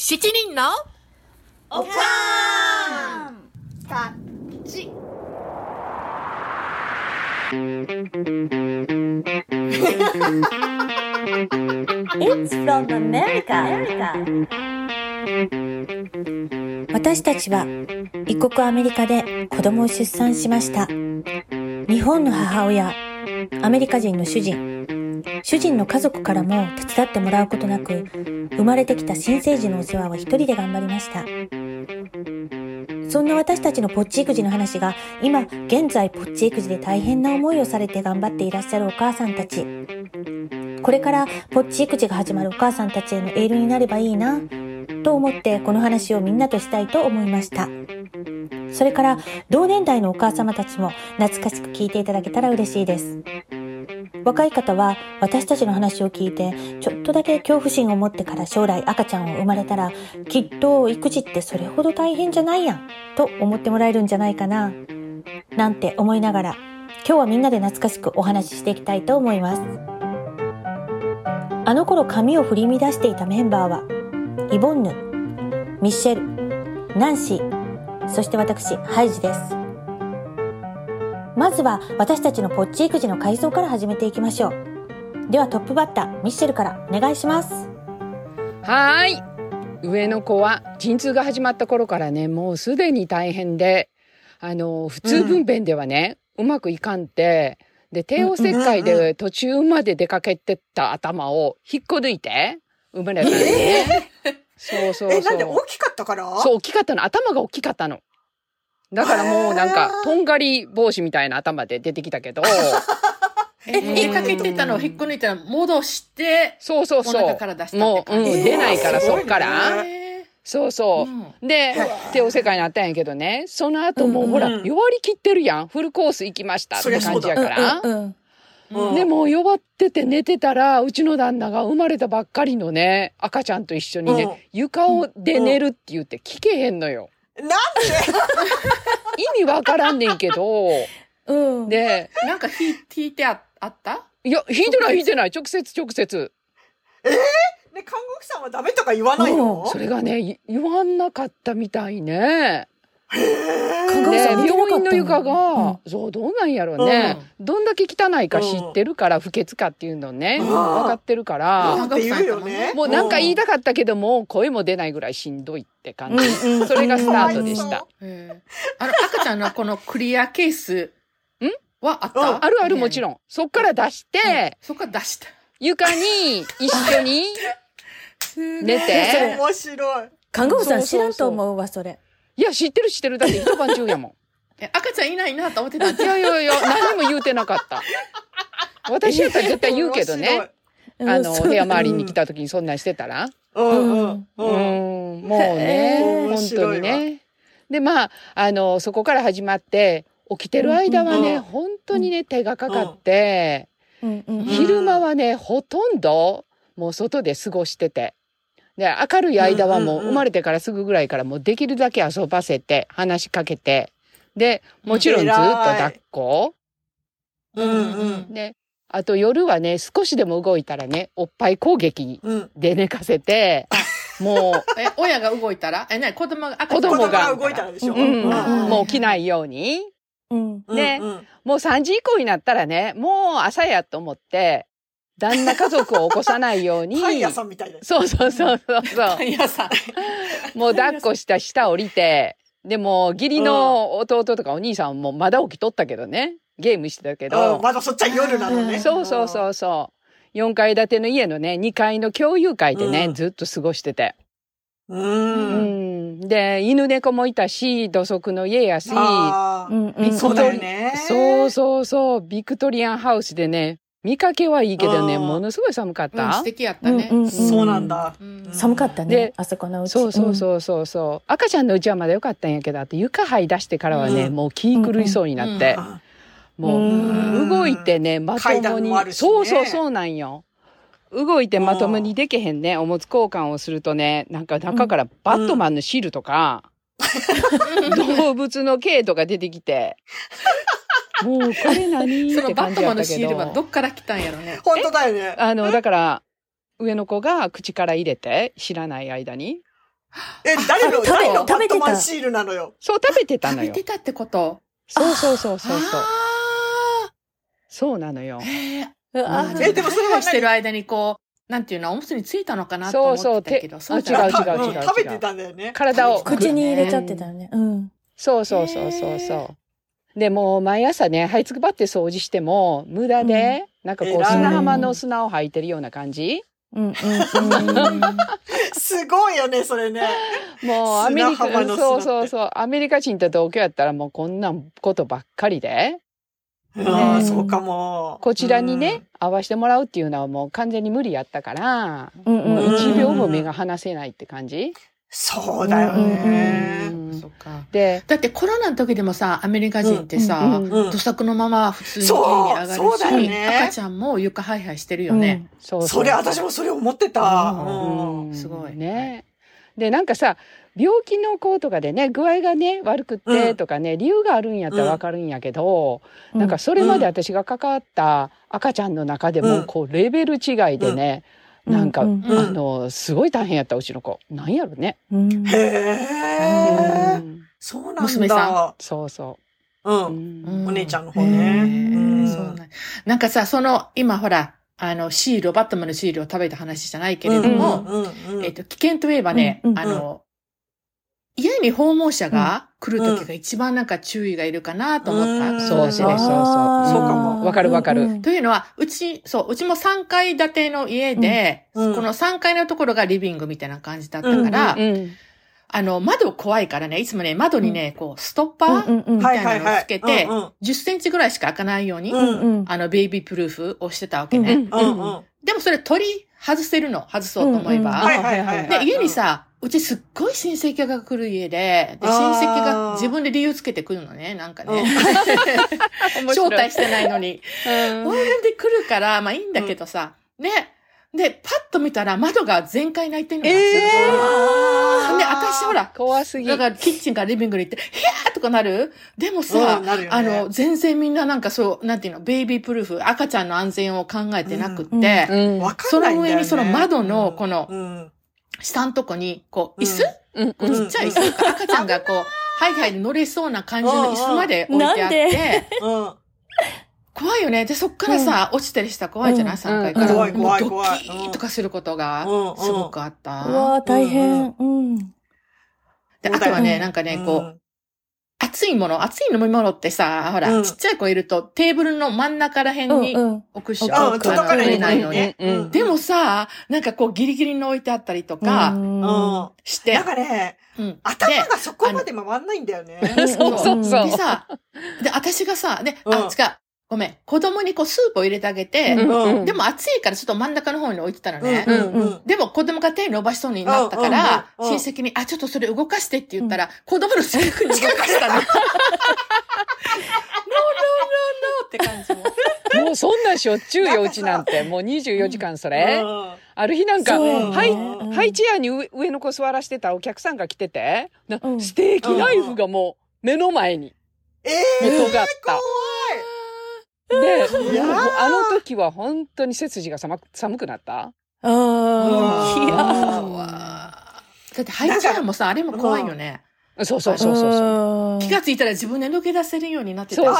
七人のおかーんたち。 It's from America. 私たちは異国アメリカで子供を出産しました。日本の母親、アメリカ人の主人の家族からも手伝ってもらうことなく、生まれてきた新生児のお世話は一人で頑張りました。そんな私たちのぽっち育児の話が、今現在ぽっち育児で大変な思いをされて頑張っていらっしゃるお母さんたち、これからぽっち育児が始まるお母さんたちへのエールになればいいなと思って、この話をみんなとしたいと思いました。それから同年代のお母様たちも懐かしく聞いていただけたら嬉しいです。若い方は私たちの話を聞いてちょっとだけ恐怖心を持ってから将来赤ちゃんを生まれたら、きっと育児ってそれほど大変じゃないやんと思ってもらえるんじゃないかななんて思いながら、今日はみんなで懐かしくお話ししていきたいと思います。あの頃髪を振り乱していたメンバーはイボンヌ、ミッシェル、ナンシー、そして私ハイジです。まずは私たちのぽっち育児の回想から始めていきましょう。ではトップバッターミッシェルからお願いします。 はい、上の子は陣痛が始まった頃からね、もうすでに大変で、普通分娩ではね、うまくいかんて、で帝王切開で途中まで出かけてった頭を引っこ抜いて生まれたんね。そう。 なんで大きかったから？ そう、大きかったの。頭が大きかったの。だからもうなんかとんがり帽子みたいな頭で出てきたけど。 出かけてたのを引っこ抜いたら戻して、 そう。 お腹から出したってもう、 感じ。 出ないからそっから。そう。で、帝王切開になったんやけどね、その後もうほら、弱りきってるやん。フルコース行きましたって感じやから。でも弱ってて寝てたら、うちの旦那が生まれたばっかりのね、赤ちゃんと一緒にね、床で寝るって言って聞けへんのよ。 なんで意味わからんねんけど、で、 なんか引いてあった？ いや、引いてない。直接。 ね、看護婦さんはダメとか言わないの？ それがね、言わなかったみたいね。 看護婦さん見てなかったの？ 病院の床が、そうどうなんやろうね、どんだけ汚いか知ってるから、不潔かっていうのね、分かってるから、 って言うよね。 もうなんか言いたかったけども、声も出ないぐらいしんどいって感じ。それがスタートでした。 赤ちゃんのこのクリアケースはあった？ あるもちろん。そっから出して、 そっから出した。 床に一緒に寝て。 面白い。 看護婦さん知らんと思うわ、それ。 いや、知ってる。だって一晩中やもん。 赤ちゃんいないなと思ってた。 いや、何も言うてなかった。私やったら絶対言うけどね。部屋周りに来た時にそんなんしてたら。もうね、本当にね。で、そこから始まって、起きてる間はね、本当にね、手がかかって、昼間はね、ほとんど、もう外で過ごしてて。で、明るい間はもう生まれてからすぐぐらいからもうできるだけ遊ばせて、話しかけて、で、もちろんずっと抱っこ。で、あと夜はね、少しでも動いたらね、おっぱい攻撃で寝かせて、もう。 親が動いたら子供が動いたらでしょ。 もう起きないように。で、もう3時以降になったらね、もう朝やと思って、旦那家族を起こさないように。 パン屋さんみたいな。 そう。 パン屋さん。 もう抱っこした下降りて、でも義理の弟とかお兄さんもまだ起きとったけどね、ゲームしてたけど。 まだそっちは夜なのね。 そう。4階建ての家のね、2階の共有階でね、ずっと過ごしてて。で、犬猫もいたし、土足の家やし、 そうだよね。 そう、ビクトリアンハウスでね、見かけはいいけどね、ものすごい寒かった。 素敵やったね。 そうなんだ。 寒かったね、あそこのうち。 そう。赤ちゃんのうちはまだよかったんやけど、あと床這い出してからはね、もう気狂いそうになって、もう動いてね、まともに。そうなんよ。動いてまともにできへんね。おむつ交換をするとね、なんか中からバットマンのシールとか、動物の毛とか出てきて、もうこれ何って感じやったけど。そのバットマンのシールはどっから来たんやろね。 本当だよね。 だから、上の子が口から入れて、知らない間に。 誰のバットマンシールなのよ。 そう、食べてたのよ。 食べてたってこと。 そう。そうなのよ。 でもそれはしてる間にこう、なんていうの、おむつについたのかなと思ってたけど、 違う。食べてたんだよね。 体を。 口に入れちゃってたよね。 そう。で、もう毎朝ね、這いつくばって掃除しても、無駄で、なんかこう、砂浜の砂を吐いてるような感じ。 すごいよね、それね。 もうアメリカ、アメリカ人と同居やったらもうこんなことばっかりで。 そうかも。 こちらにね、会わしてもらうっていうのはもう完全に無理やったから、もう1秒も目が離せないって感じ。 そうだよね。 で、だってコロナの時でもさ、アメリカ人ってさ、土足のまま普通に家に上がるし、赤ちゃんも床ハイハイしてるよね。 それ、私もそれ思ってた。 すごい。 ね。で、なんかさ、病気の子とかでね、具合がね、悪くってとかね、理由があるんやったらわかるんやけど、なんかそれまで私が関わった赤ちゃんの中でも、こう、レベル違いでね、なんか、すごい大変やった、うちの子。なんやろね。 そうなんだ。 娘さん。 そう。 お姉ちゃんの方ね。 なんかさ、今ほら、シールを、バットマンのシールを食べた話じゃないけれども、危険といえばね、家に訪問者が来るときが一番なんか注意がいるかなと思った。 そうかも。わかる。 というのは、うちも3階建ての家で、この3階のところがリビングみたいな感じだったから、窓怖いからね、いつもね、窓にね、こう、ストッパーみたいなのをつけて、10センチぐらいしか開かないように、ベイビープルーフをしてたわけね。でもそれ取り外せるの、外そうと思えば。で、家にさ、うちすっごい親戚が来る家で、親戚が自分で理由つけてくるのね、なんかね。招待してないのに。応援で来るから、まあいいんだけどさ、ね。で、パッと見たら窓が全開泣いてんのよ。で、私ほら、 怖すぎ。 だからキッチンからリビングに行って、ヒャーとかなる？でもさ、全然みんななんかそう、なんていうの、ベイビープルーフ、赤ちゃんの安全を考えてなくって、その上にその窓のこの、下のとこに、こう、椅子ちっちゃい椅子赤ちゃんがこう、ハイハイで乗れそうな感じの椅子まで置いてあって、怖いよね。で、そっからさ、落ちたりしたら怖いじゃない ?3 階から。 怖い。 ドキーとかすることが、すごくあった。 うわ大変。 で、あとはね、なんかね、こう、熱い飲み物ってさ、ほら、ちっちゃい子いるとテーブルの真ん中ら辺に置くし、届かないのね。でもさ、なんかこうギリギリに置いてあったりとかして。 なんかね、頭がそこまで回んないんだよね。 そう。 でさ、で、私がさ、ごめん。子供にこうスープを入れてあげて、でも暑いからちょっと真ん中の方に置いてたのね。でも子供が手伸ばしそうになったから、親戚に、ちょっとそれ動かしてって言ったら、子供の近くに近かしたの。ノーって感じも。 もうそんなんしょっちゅうよ、うちなんて。もう24時間それ。ある日なんか、ハイチェアに上の子座らしてたお客さんが来てて、ステーキナイフがもう目の前に。音があった。で、あの時は本当に背筋が寒くなった。 だってハイチェアもさ、あれも怖いよね。 そう。 気がついたら自分で抜け出せるようになってた。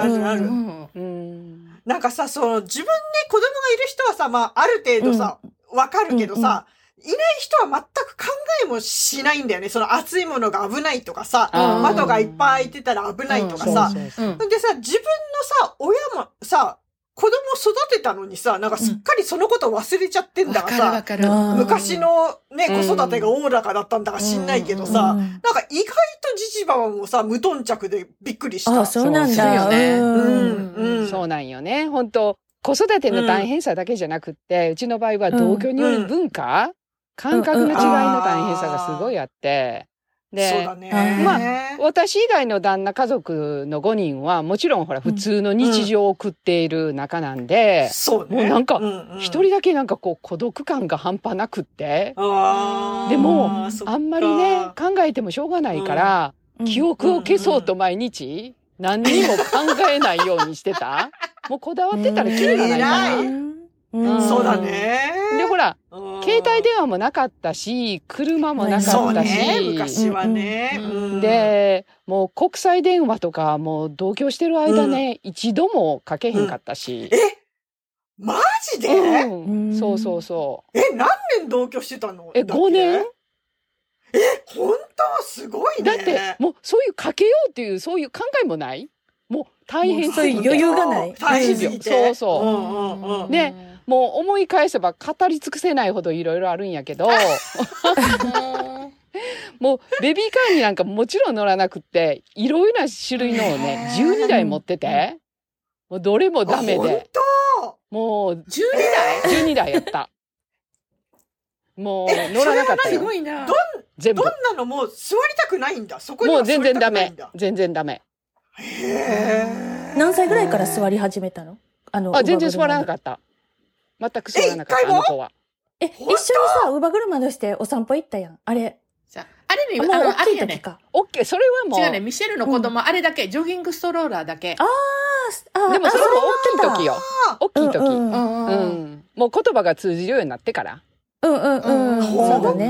なんかさ、自分で子供がいる人はさ、まあ、ある程度さ、わかるけどさ、いない人は全く考えもしないんだよね。その熱いものが危ないとかさ、窓がいっぱい開いてたら危ないとかさ。でさ、自分のさ、親もさ、子供育てたのにさ、なんかすっかりそのこと忘れちゃってんだがさ、昔のね、子育てがおおらかだったんだか知んないけどさ、なんか意外とじじばばもさ、無頓着でびっくりした。 そうなんだよね。そうなんよね。本当子育ての大変さだけじゃなくって、うちの場合は同居による文化、感覚の違いの大変さがすごいあって、で、 そうだね。 まあ、私以外の旦那家族の5人はもちろんほら普通の日常を送っている中なんで、 そうね。 もうなんか一人だけなんかこう孤独感が半端なくって、でもあんまりね考えてもしょうがないから、記憶を消そうと毎日何にも考えないようにしてた。もうこだわってたらキリがないから。 そうだね。 でほら携帯電話もなかったし、車もなかったし。そうね、昔はね。 で、もう国際電話とかもう同居してる間ね、一度もかけへんかったし。 マジで？ そうそうそう。 何年同居してたの ？5年？ 本当すごいね。 だって、もうそういうかけようっていう、そういう考えもない？もう大変すぎて。 余裕がない。 大変すぎて。 そうそう。で、もう思い返せば語り尽くせないほどいろいろあるんやけど、もうベビーカーになんかもちろん乗らなくって、いろいろな種類のをね、12台持ってて、もうどれもダメで。 本当？ もう12台やった。もう乗らなかったよ。 すごいな。 どんなのも座りたくないんだ。そこにもうは座りたくないんだ。 全然ダメ。 何歳ぐらいから座り始めたの？ 全然座らなかった。全く座らなかった、あの子は。 一緒にさ、乳母車乗してお散歩行ったやん。あれ。 あれね、 あれやね。 オッケー、それはもう。 違うね、ミシェルの子供、あれだけ、ジョギングストローラーだけ。 でもそれも大きい時よ。大きい時。もう言葉が通じるようになってから。 そうだね。 大変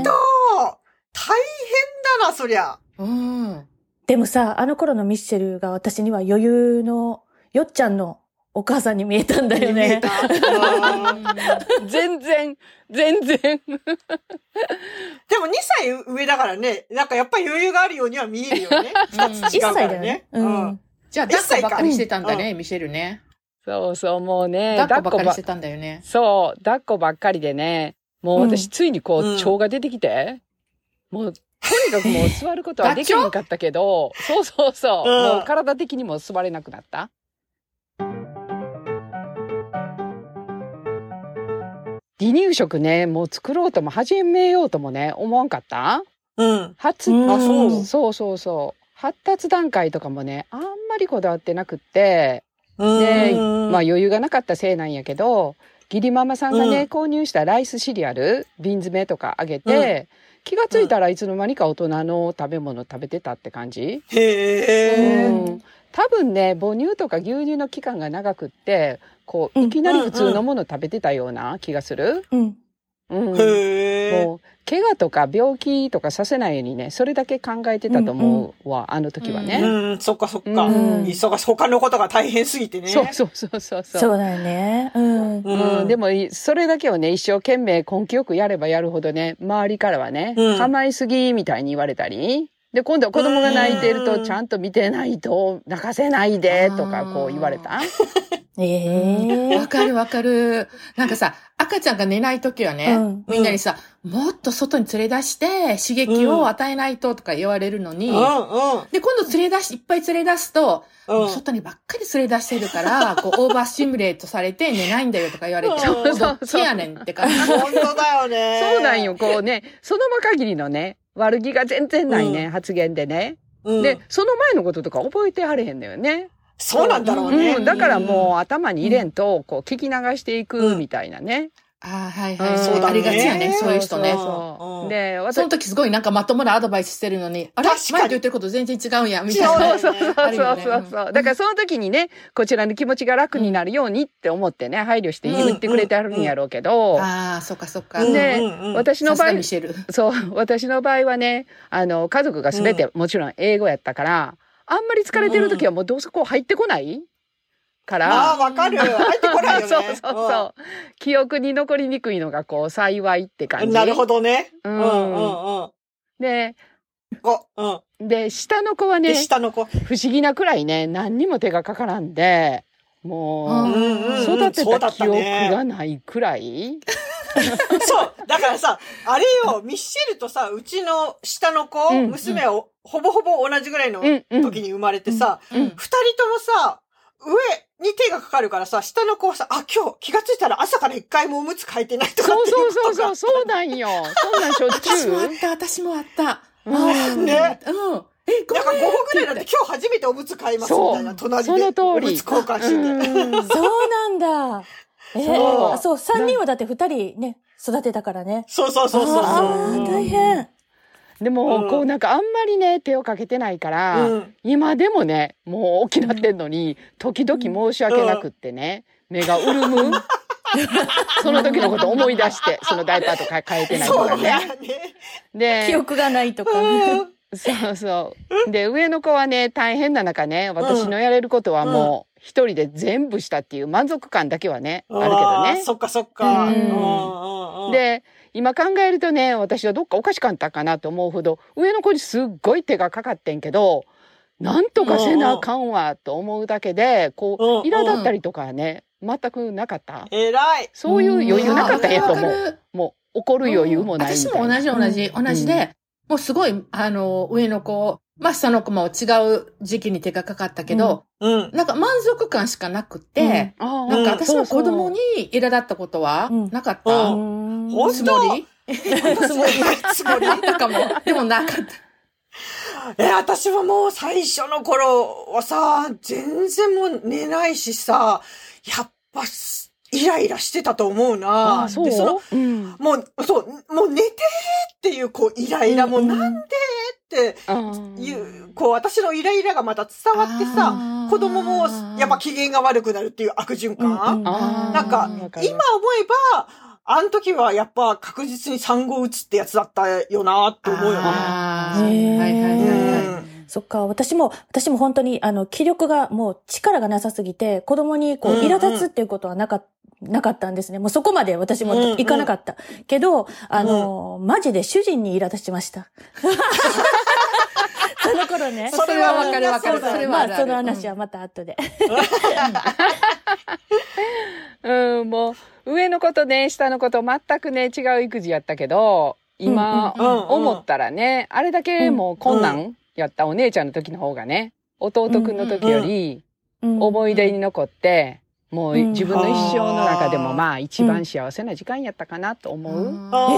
だな、そりゃ。 でもさ、あの頃のミッシェルが私には余裕のよっちゃんのお母さんに見えたんだよね。 全然。 でも2歳上だからね、なんかやっぱり余裕があるようには見えるよね。2つ違うからね。 じゃあ、抱っこばっかりしてたんだね、ミシェルね。 そうそう、もうね。 抱っこばっかりしてたんだよね。 そう、抱っこばっかりでね。もう私ついにこう、腸が出てきて。もう、とにかくもう座ることはできなかったけど、そう。もう体的にも座れなくなった。離乳食ね、もう作ろうとも始めようともね、思わんかった？そう。発達段階とかもね、あんまりこだわってなくって、で、まあ余裕がなかったせいなんやけど、義理ママさんがね、購入したライスシリアル、瓶詰めとかあげて、気がついたらいつの間にか大人の食べ物食べてたって感じ？多分ね、母乳とか牛乳の期間が長くって、こう、いきなり普通のもの食べてたような気がする。もう、怪我とか病気とかさせないようにね、それだけ考えてたと思うわ、あの時はね。 そっか。他のことが大変すぎてね。 そうだよね。 でも、それだけをね、一生懸命根気よくやればやるほどね、周りからはね、構いすぎみたいに言われたり、で、今度は子供が泣いてると、ちゃんと見てないと、泣かせないで、とか、こう言われた。 わかる。なんかさ、赤ちゃんが寝ないときはね、みんなにさ、もっと外に連れ出して、刺激を与えないととか言われるのに、で、今度いっぱい連れ出すと、外にばっかり連れ出してるから、こう、オーバースチムレートされて寝ないんだよとか言われて、どっちやねんって感じ。 本当だよね。 そうなんよ、こうね、その場限りのね、悪気が全然ないね、発言でね。で、その前のこととか覚えてはれへんのよね。 そうなんだろうね。 だからもう頭に入れんと、こう聞き流していくみたいなね。 そうありがちやね、そういう人ね。で、その時すごいなんかまともなアドバイスしてるのに、あれ前と言ってること全然違うんや、みたいな。 そう。だからその時にね、こちらの気持ちが楽になるようにって思ってね、配慮して言ってくれてあるんやろうけど。 そっか。 で、私の場合はね、家族がすべてもちろん英語やったから、あんまり疲れてる時はもうどうせこう入ってこないから。 わかる。入ってこないよね。 そう。記憶に残りにくいのがこう幸いって感じ。 なるほどね。 で、下の子はね、不思議なくらいね、何にも手がかからんで、もう、育てた記憶がないくらい。 そう。だからさ、あれよ、ミッシェルとさ、うちの下の子、娘はほぼほぼ同じぐらいの時に生まれてさ、二人ともさ、上に手がかかるからさ、下の子はさ、今日気がついたら朝から一回もおむつ替えてないとかっていうことが。 そうなんよ。そんなんしょっちゅう。 私もあった。 ね。なんか5分ぐらいだって今日初めておむつ替えますみたいな、隣でおむつ交換してて。 そうなんだ。そう、3人はだって2人ね、育てたからね。 そう。 大変。 でも、こうなんかあんまりね、手をかけてないから、今でもね、もう大きなってんのに、時々申し訳なくってね、目が潤む。 その時のこと思い出して、そのダイパーとか変えてないとかね。 で、記憶がないとか。 そうそう。で、上の子はね、大変な中ね、私のやれることはもう、一人で全部したっていう満足感だけはね、あるけどね。 そっかそっか。 で、今考えるとね、私はどっかおかしかったかなと思うほど、上の子にすっごい手がかかってんけど、なんとかせなあかんわと思うだけで、こう、苛立ったりとかはね、全くなかった。 偉い。 そういう余裕なかったんやと思う。もう怒る余裕もないみたいな。 私も同じで、もうすごい、上の子、下の子も違う時期に手がかかったけど、なんか満足感しかなくて、なんか私も子供に苛立ったことはなかった。 本当？ つもりとかも、でもなかった。 私はもう最初の頃はさ、全然もう寝ないしさ、やっぱ、イライラしてたと思うな。 そう？ で、もう寝てっていう、こう、イライラもなんでっていう、こう、私のイライラがまた伝わってさ、子供もやっぱ機嫌が悪くなるっていう悪循環。なんか、今思えば、あの時はやっぱ確実に産後うつってやつだったよなって思うよね。 そっか、私も本当に、気力がもう力がなさすぎて、子供にこう、苛立つっていうことはなかったんですね。もうそこまで私もいかなかった。けど、マジで主人に苛立ちました。その頃ね。 それはわかる。それはその話はまた後で。 もう、上の子とね、下の子と全くね、違う育児やったけど、今、思ったらね、あれだけもう困難やったお姉ちゃんの時の方がね、弟くんの時より、思い出に残って、もう自分の一生の中でもまあ一番幸せな時間やったかなと思う。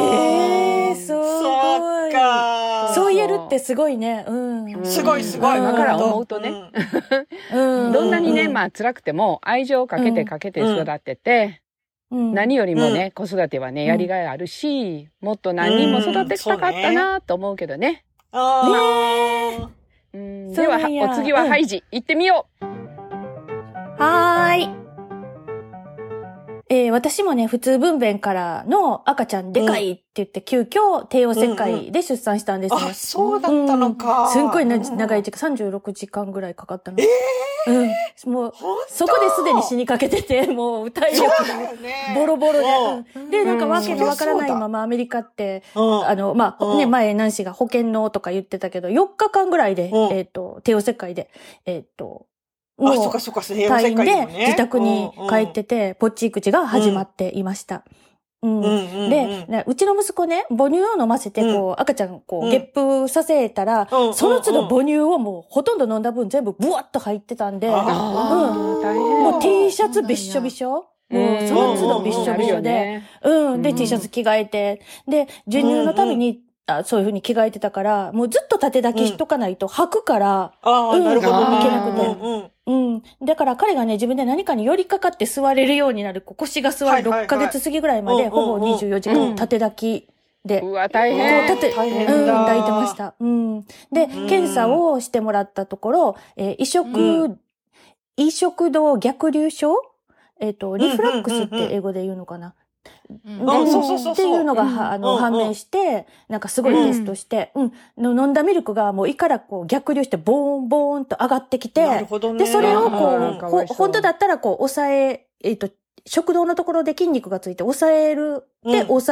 そうか。そう言えるってすごいね。 すごい。 だから思うとね。どんなにね、まあ辛くても愛情をかけて育てて、何よりもね、子育てはね、やりがいあるし、もっと何人も育てたかったなと思うけどね。では、お次はハイジ、行ってみよう。 はーい。私もね、普通分娩からの赤ちゃんでかいって言って、急遽帝王切開で出産したんですね。 そうだったのか。 すんごい長い時間、36時間ぐらいかかったの。もう、そこですでに死にかけてて、もう体力がボロボロで。で、なんかわけのわからないままアメリカって、前ナンシーが保険のとか言ってたけど、4日間ぐらいで、帝王切開で、もう、退院で自宅に帰ってて、ぽっち育児が始まっていました。で、うちの息子ね、母乳を飲ませて、こう、赤ちゃん、こう、ゲップさせたら、その都度母乳をもう、ほとんど飲んだ分全部、ブワッと入ってたんで、もう T シャツびっしょびしょ。もう、その都度びっしょびしょで、で、T シャツ着替えて、で、授乳のたびに、そういう風に着替えてたから、もうずっと縦抱きしとかないと吐くから、 なるほど。 いけなくて。だから彼がね、自分で何かに寄りかかって座れるようになる、腰が座る6ヶ月過ぎぐらいまで、ほぼ24時間縦抱きで。 うわ、大変。 大変だ。抱いてました。で、検査をしてもらったところ、胃食道逆流症リフラックスって英語で言うのかな。っていうのが判明して、なんかすごいテストして、飲んだミルクがもう胃からこう逆流してボーンボーンと上がってきて、で、それをこう、本当だったらこう食道のところで筋肉がついて抑える、で、下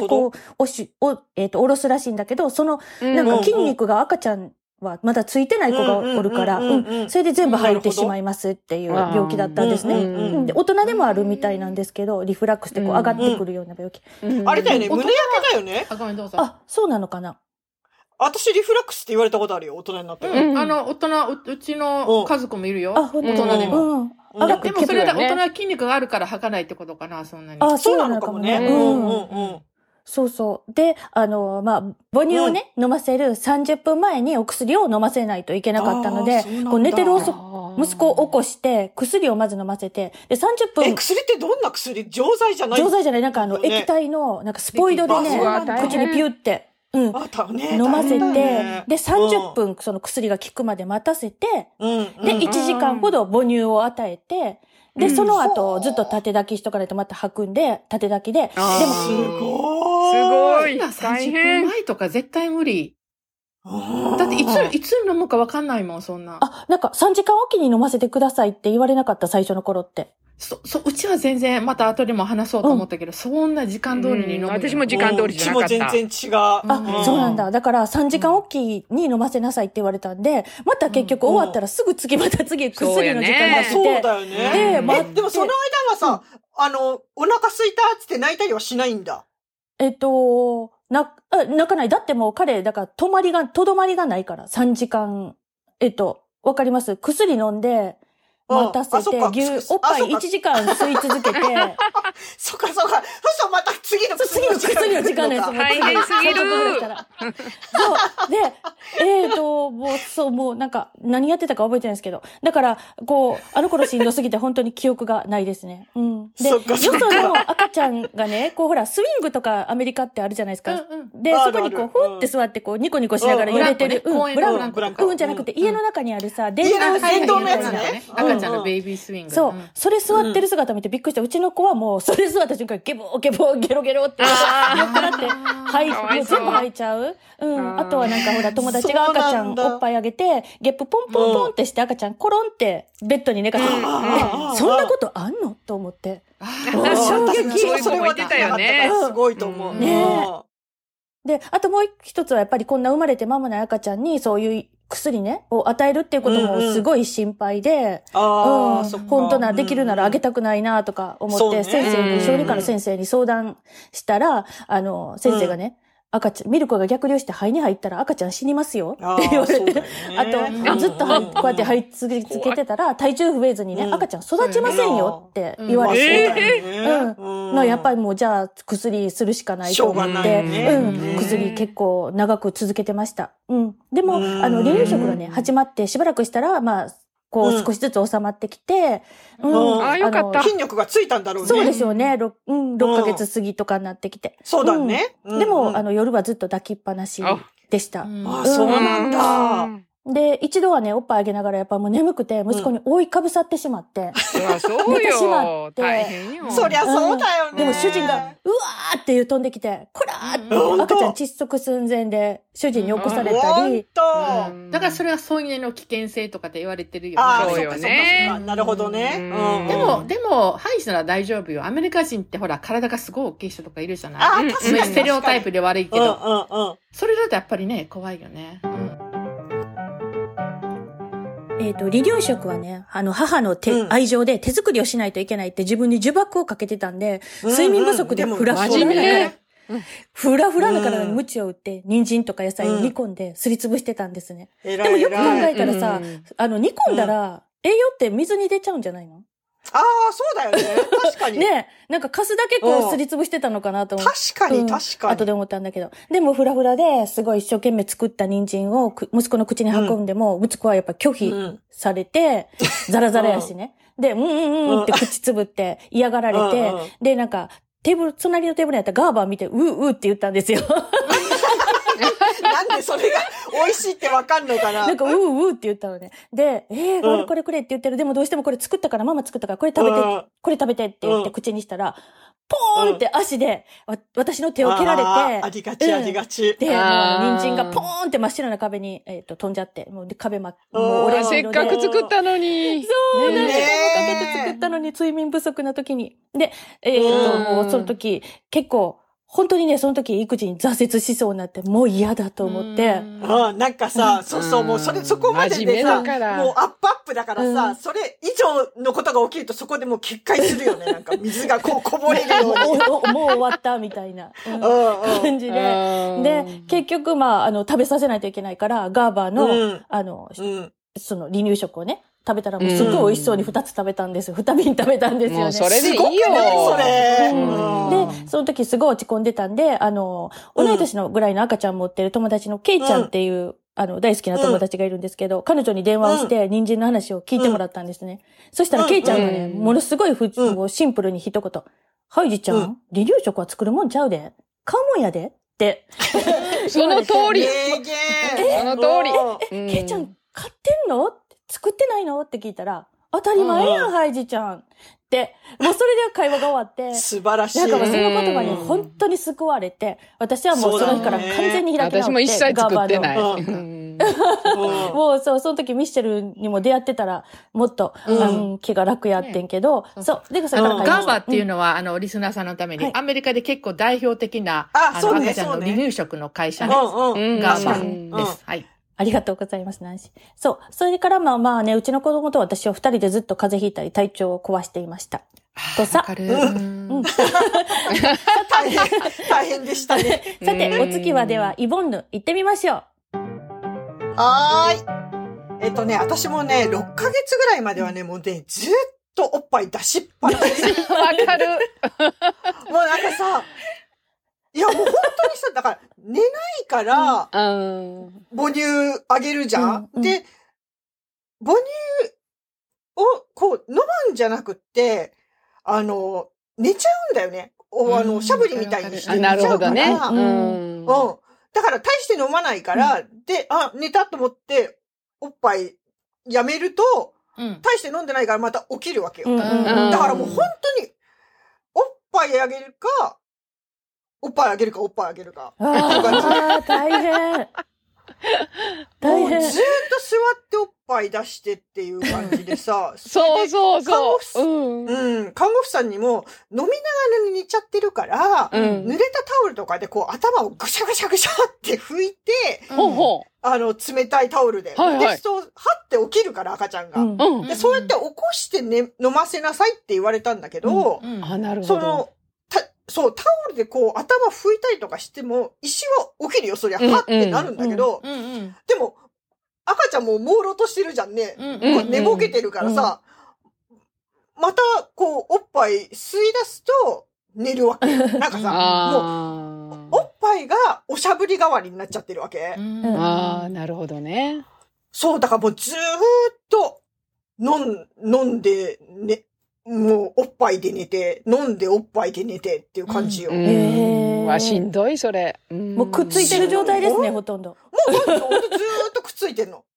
ろすらしいんだけど、その、なんか筋肉が赤ちゃんはまだついてない子がおるから、それで全部吐いてしまいますっていう病気だったんですね。で、大人でもあるみたいなんですけど、リフラックスってこう上がってくるような病気。 あれだよね、胸焼けだよね。 ごめんどうぞ。 そうなのかな。 私リフラックスって言われたことあるよ、大人になって。 うちの家族もいるよ。大人でも。でもそれで大人は筋肉があるから吐かないってことかな、そんなに。 そうなのかもね。 そうそう。で、母乳をね、飲ませる30分前にお薬を飲ませないといけなかったので、こう寝てる息子を起こして、薬をまず飲ませて、で、30分。 薬ってどんな薬？錠剤じゃない？ 錠剤じゃない。なんか液体の、なんかスポイドでね、口にピュって。飲ませて、で、30分その薬が効くまで待たせて、で、1時間ほど母乳を与えて、 で、その後、ずっと縦抱きしとかないとまた吐くんで、縦抱きで。でも、 すごい。 今 30分前とか絶対無理。だっていつ飲むかわかんないもん、そんな。 なんか3時間おきに飲ませてくださいって言われなかった、最初の頃って。 うちは全然、また後でも話そうと思ったけど、そんな時間通りに飲む。 私も時間通りじゃなかった。 うちも全然違う。 そうなんだ。だから3時間おきに飲ませなさいって言われたんで、また結局終わったらすぐまた次薬の時間が来て。 そうだよね。でもその間はさ、お腹空いたっつって泣いたりはしないんだ。 泣かない。だってもう彼、だからとどまりがないから、3時間。わかります？薬飲んで、待たせて、おっぱい1時間吸い続けて。 そっか。そうまた次の薬の時間のやつ。 大変すぎる。 そう。で、もうなんか、何やってたか覚えてないんですけど。だから、あの頃しんどすぎて本当に記憶がないですね。うん。で、よその赤ちゃんがね、ほら、スイングとかアメリカってあるじゃないですか。で、そこにふんって座って、ニコニコしながら揺れてる。ブランコじゃなくて、家の中にあるさ、 電動のやつね。 赤ちゃんのベイビースイング。 そう。それ座ってる姿見てびっくりした。うちの子はもう、それ座った瞬間、ゲボゲロゲロって、酔っ払って、もう全部吐いちゃう。あとはなんかほら、友達が赤ちゃんおっぱいあげて、ゲップポンポンポンってして赤ちゃんコロンってベッドに寝かせて、そんなことあんのと思って。 衝撃。それは出たよね。 すごいと思う。 ね。で、あともう一つはやっぱりこんな生まれて間もない赤ちゃんにそういう薬ね、を与えるっていうこともすごい心配で、本当な、できるならあげたくないなとか思って、小児科の先生に相談したら、先生がね、ミルクが逆流して肺に入ったら赤ちゃん死にますよって言われて、あと、ずっとこうやって肺続けてたら体重増えずにね、赤ちゃん育ちませんよって言われて、やっぱりもうじゃあ薬するしかないと思って、薬結構長く続けてました。でも、離乳食がね、始まってしばらくしたら、少しずつ収まってきて、 よかった。 筋力がついたんだろうね。 そうでしょうね。6ヶ月過ぎとかになってきて。 そうだね。 でも、夜はずっと抱きっぱなしでした。 そうなんだ。 で、一度はね、おっぱいあげながらやっぱもう眠くて、息子に覆いかぶさってしまって。 そうよ。大変よ。 そりゃそうだよね。 でも主人が、うわーって飛んできて、こらーって赤ちゃん窒息寸前で主人に起こされたり。 だからそれは添い寝の危険性とかって言われてるよね。そうよね。なるほどね。 でも、ハイジなら大丈夫よ。アメリカ人ってほら、体がすごい大きい人とかいるじゃない？ステレオタイプで悪いけど。それだとやっぱりね、怖いよね。 離乳食はね、母の愛情で手作りをしないといけないって自分に呪縛をかけてたんで、睡眠不足でフラフラだから鞭を打って、人参とか野菜を煮込んですりつぶしてたんですね。でもよく考えたらさ、煮込んだら栄養って水に出ちゃうんじゃないの？ そうだよね。確かに。 ね、なんかカスだけすりつぶしてたのかなと思って。 確かに。 後で思ったんだけど。でもフラフラですごい一生懸命作った人参を息子の口に運んでも、息子はやっぱ拒否されて、ザラザラやしね。で、って口つぶって嫌がられて、で、なんか、隣のテーブルにあったガーバー見て、って言ったんですよ。 なんでそれが美味しいってわかんのかな。 なんか、って言ったのね。で、これって言ってる。でもどうしてもこれ作ったから、ママ作ったから、これ食べてって言って口にしたら、ポーンって足で、私の手を蹴られて。 ありがち。 で、人参がポーンって真っ白な壁に、飛んじゃって、もう壁もうオレンジ色で。 せっかく作ったのに。 そうなんです。かけて作ったのに、睡眠不足な時に。で、もうその時、結構、本当にね、その時育児に挫折しそうになって、もう嫌だと思って。 なんかさ、もうそこまででさ、もうアップだからさ、それ以上のことが起きるとそこでもう決壊するよね。なんか水がこぼれるように。 もう終わったみたいな感じで。で、結局食べさせないといけないから、ガーバーの、その離乳食をね、食べたらもうすごい美味しそうに2つ食べたんです。2瓶食べたんですよね。 もうそれでいいよ。 それ。 で、その時すごい落ち込んでたんで、同い年のぐらいの赤ちゃん持ってる友達のケイちゃんっていう、大好きな友達がいるんですけど、彼女に電話をして、人参の話を聞いてもらったんですね。そしたらケイちゃんがね、ものすごいシンプルに一言、ハイジちゃん、離乳食は作るもんちゃうで。買うもんやで。って。 その通り。その通り。 ケイちゃん買ってんの？作ってないのって聞いたら、 当たり前やん、ハイジちゃん。って、もうそれで会話が終わって。 素晴らしい。 なんかもうその言葉に本当に救われて、私はもうその日から完全に開き直って。 私も一切作ってない。 もうそう、その時ミッシェルにも出会ってたら、もっと、気が楽やってんけど、そう。で、それからガーバっていうのは、リスナーさんのために、アメリカで結構代表的な、赤ちゃんの離乳食の会社です。ガーバです。はい。 ありがとうございます、ナンシー。そう。それからまあね、うちの子供と私は二人でずっと風邪ひいたり体調を壊していました。とさ。 大変でしたね。 さて、お次はでは、イボンヌ、行ってみましょう。 はーい。私もね、6ヶ月ぐらいまではね、もうね、ずっとおっぱい出しっぱなし。 わかる。 もうなんかさ、いや、もう本当にさ、だから、寝ないから、母乳あげるじゃん、で、母乳を、こう、飲むんじゃなくって、寝ちゃうんだよね。しゃぶりみたいにして寝ちゃうから。なるほどね。だから、大して飲まないから、で、寝たと思って、おっぱいやめると、大して飲んでないからまた起きるわけよ。だからもう本当に、おっぱいあげるか、おっぱいあげるか、おっぱいあげるか。 大変。 大変。もうずーっと座っておっぱい出してっていう感じでさ。 そう。 看護婦さんにも飲みながら寝ちゃってるから、濡れたタオルとかでこう頭をぐしゃぐしゃぐしゃって拭いて、冷たいタオルで。で、そう、はって起きるから赤ちゃんが。で、そうやって起こして飲ませなさいって言われたんだけど、 なるほど。 そう、タオルでこう頭拭いたりとかしても、一瞬は起きるよ、そりゃ、はってなるんだけど、でも、赤ちゃんも朦朧としてるじゃんね。寝ぼけてるからさ、また、こう、おっぱい吸い出すと寝るわけ。なんかさ、もう、おっぱいがおしゃぶり代わりになっちゃってるわけ。 なるほどね。 そう、だからもうずーっと飲んで、ね、もうおっぱいで寝て、飲んでおっぱいで寝てっていう感じよ。 しんどい、それ。 もうくっついてる状態ですね、ほとんど。もうほんとずーっとくっついてんの。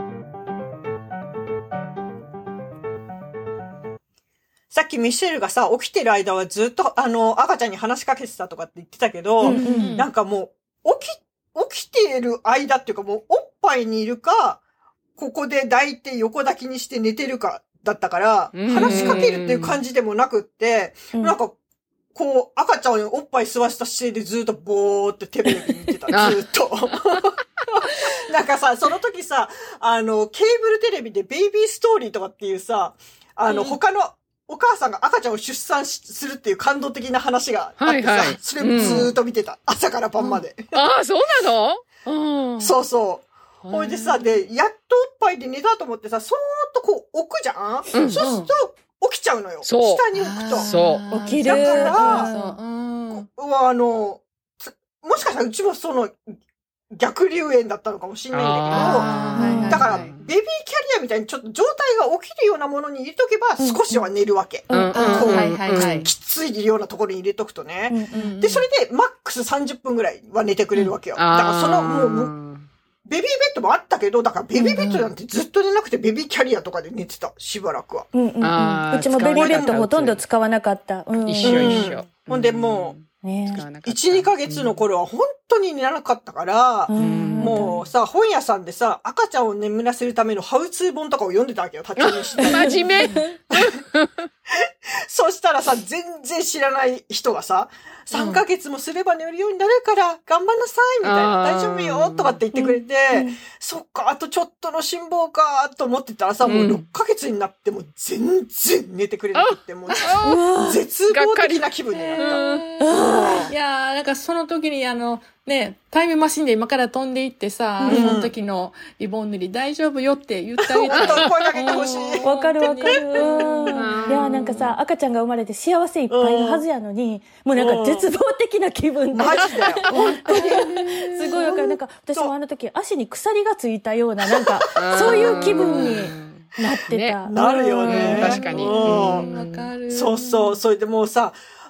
さっきミシェルがさ、起きてる間はずっと赤ちゃんに話しかけてたとかって言ってたけど、なんかもう、起きてる間っていうかもうおっぱいにいるか、ここで抱いて横抱きにして寝てるか、だったから、話しかけるっていう感じでもなくって、なんか、こう、赤ちゃんをおっぱい吸わした姿勢でずっとボーってテレビ見てた、ずっと。なんかさ、その時さ、ケーブルテレビでベイビーストーリーとかっていうさ、他のお母さんが赤ちゃんを出産するっていう感動的な話があってさ、それもずーっと見てた。朝から晩まで。 そうなの？ そうそう。ほいでさ、で、やっとおっぱいで寝たと思ってさ、そーっとこう置くじゃん、そうすると起きちゃうのよ。下に置くと。 起きる。 だから、もしかしたらうちもその、逆流炎だったのかもしれないんだけど、だから、ベビーキャリアみたいにちょっと状態が起きるようなものに入れとけば少しは寝るわけ。きついようなところに入れとくとね。で、それでマックス30分ぐらいは寝てくれるわけよ。だからその、もう、ベビーベッドもあったけど、だからベビーベッドなんてずっと寝なくてベビーキャリアとかで寝てた、しばらくは。 うちもベビーベッドほとんど使わなかった。 一緒。 ほんでもう、1、2ヶ月の頃は本当に寝なかったから、もうさ、本屋さんでさ、赤ちゃんを眠らせるためのハウツー本とかを読んでたわけよ、立ち読みして。 真面目そしたらさ、全然知らない人がさ、3ヶ月もすれば寝るようになるから、頑張んなさいみたいな、大丈夫よとかって言ってくれて、そっか、あとちょっとの辛抱かと思ってたらさ、もう6ヶ月になっても全然寝てくれなくって、もう絶望的な気分になった。 いやー、なんかその時にね、タイムマシンで今から飛んでいってさ、その時のイボンヌに大丈夫よって言ってあげたい。 声かけてほしい。 わかる。いや、なんかさ、赤ちゃんが生まれて幸せいっぱいのはずやのに、もうなんか絶望的な気分で。 マジだよ。本当に。 すごいわかる。なんか私もあの時足に鎖がついたような、なんか、そういう気分になってた。 なるよね。 確かに。 わかる。 そう。それでもうさ、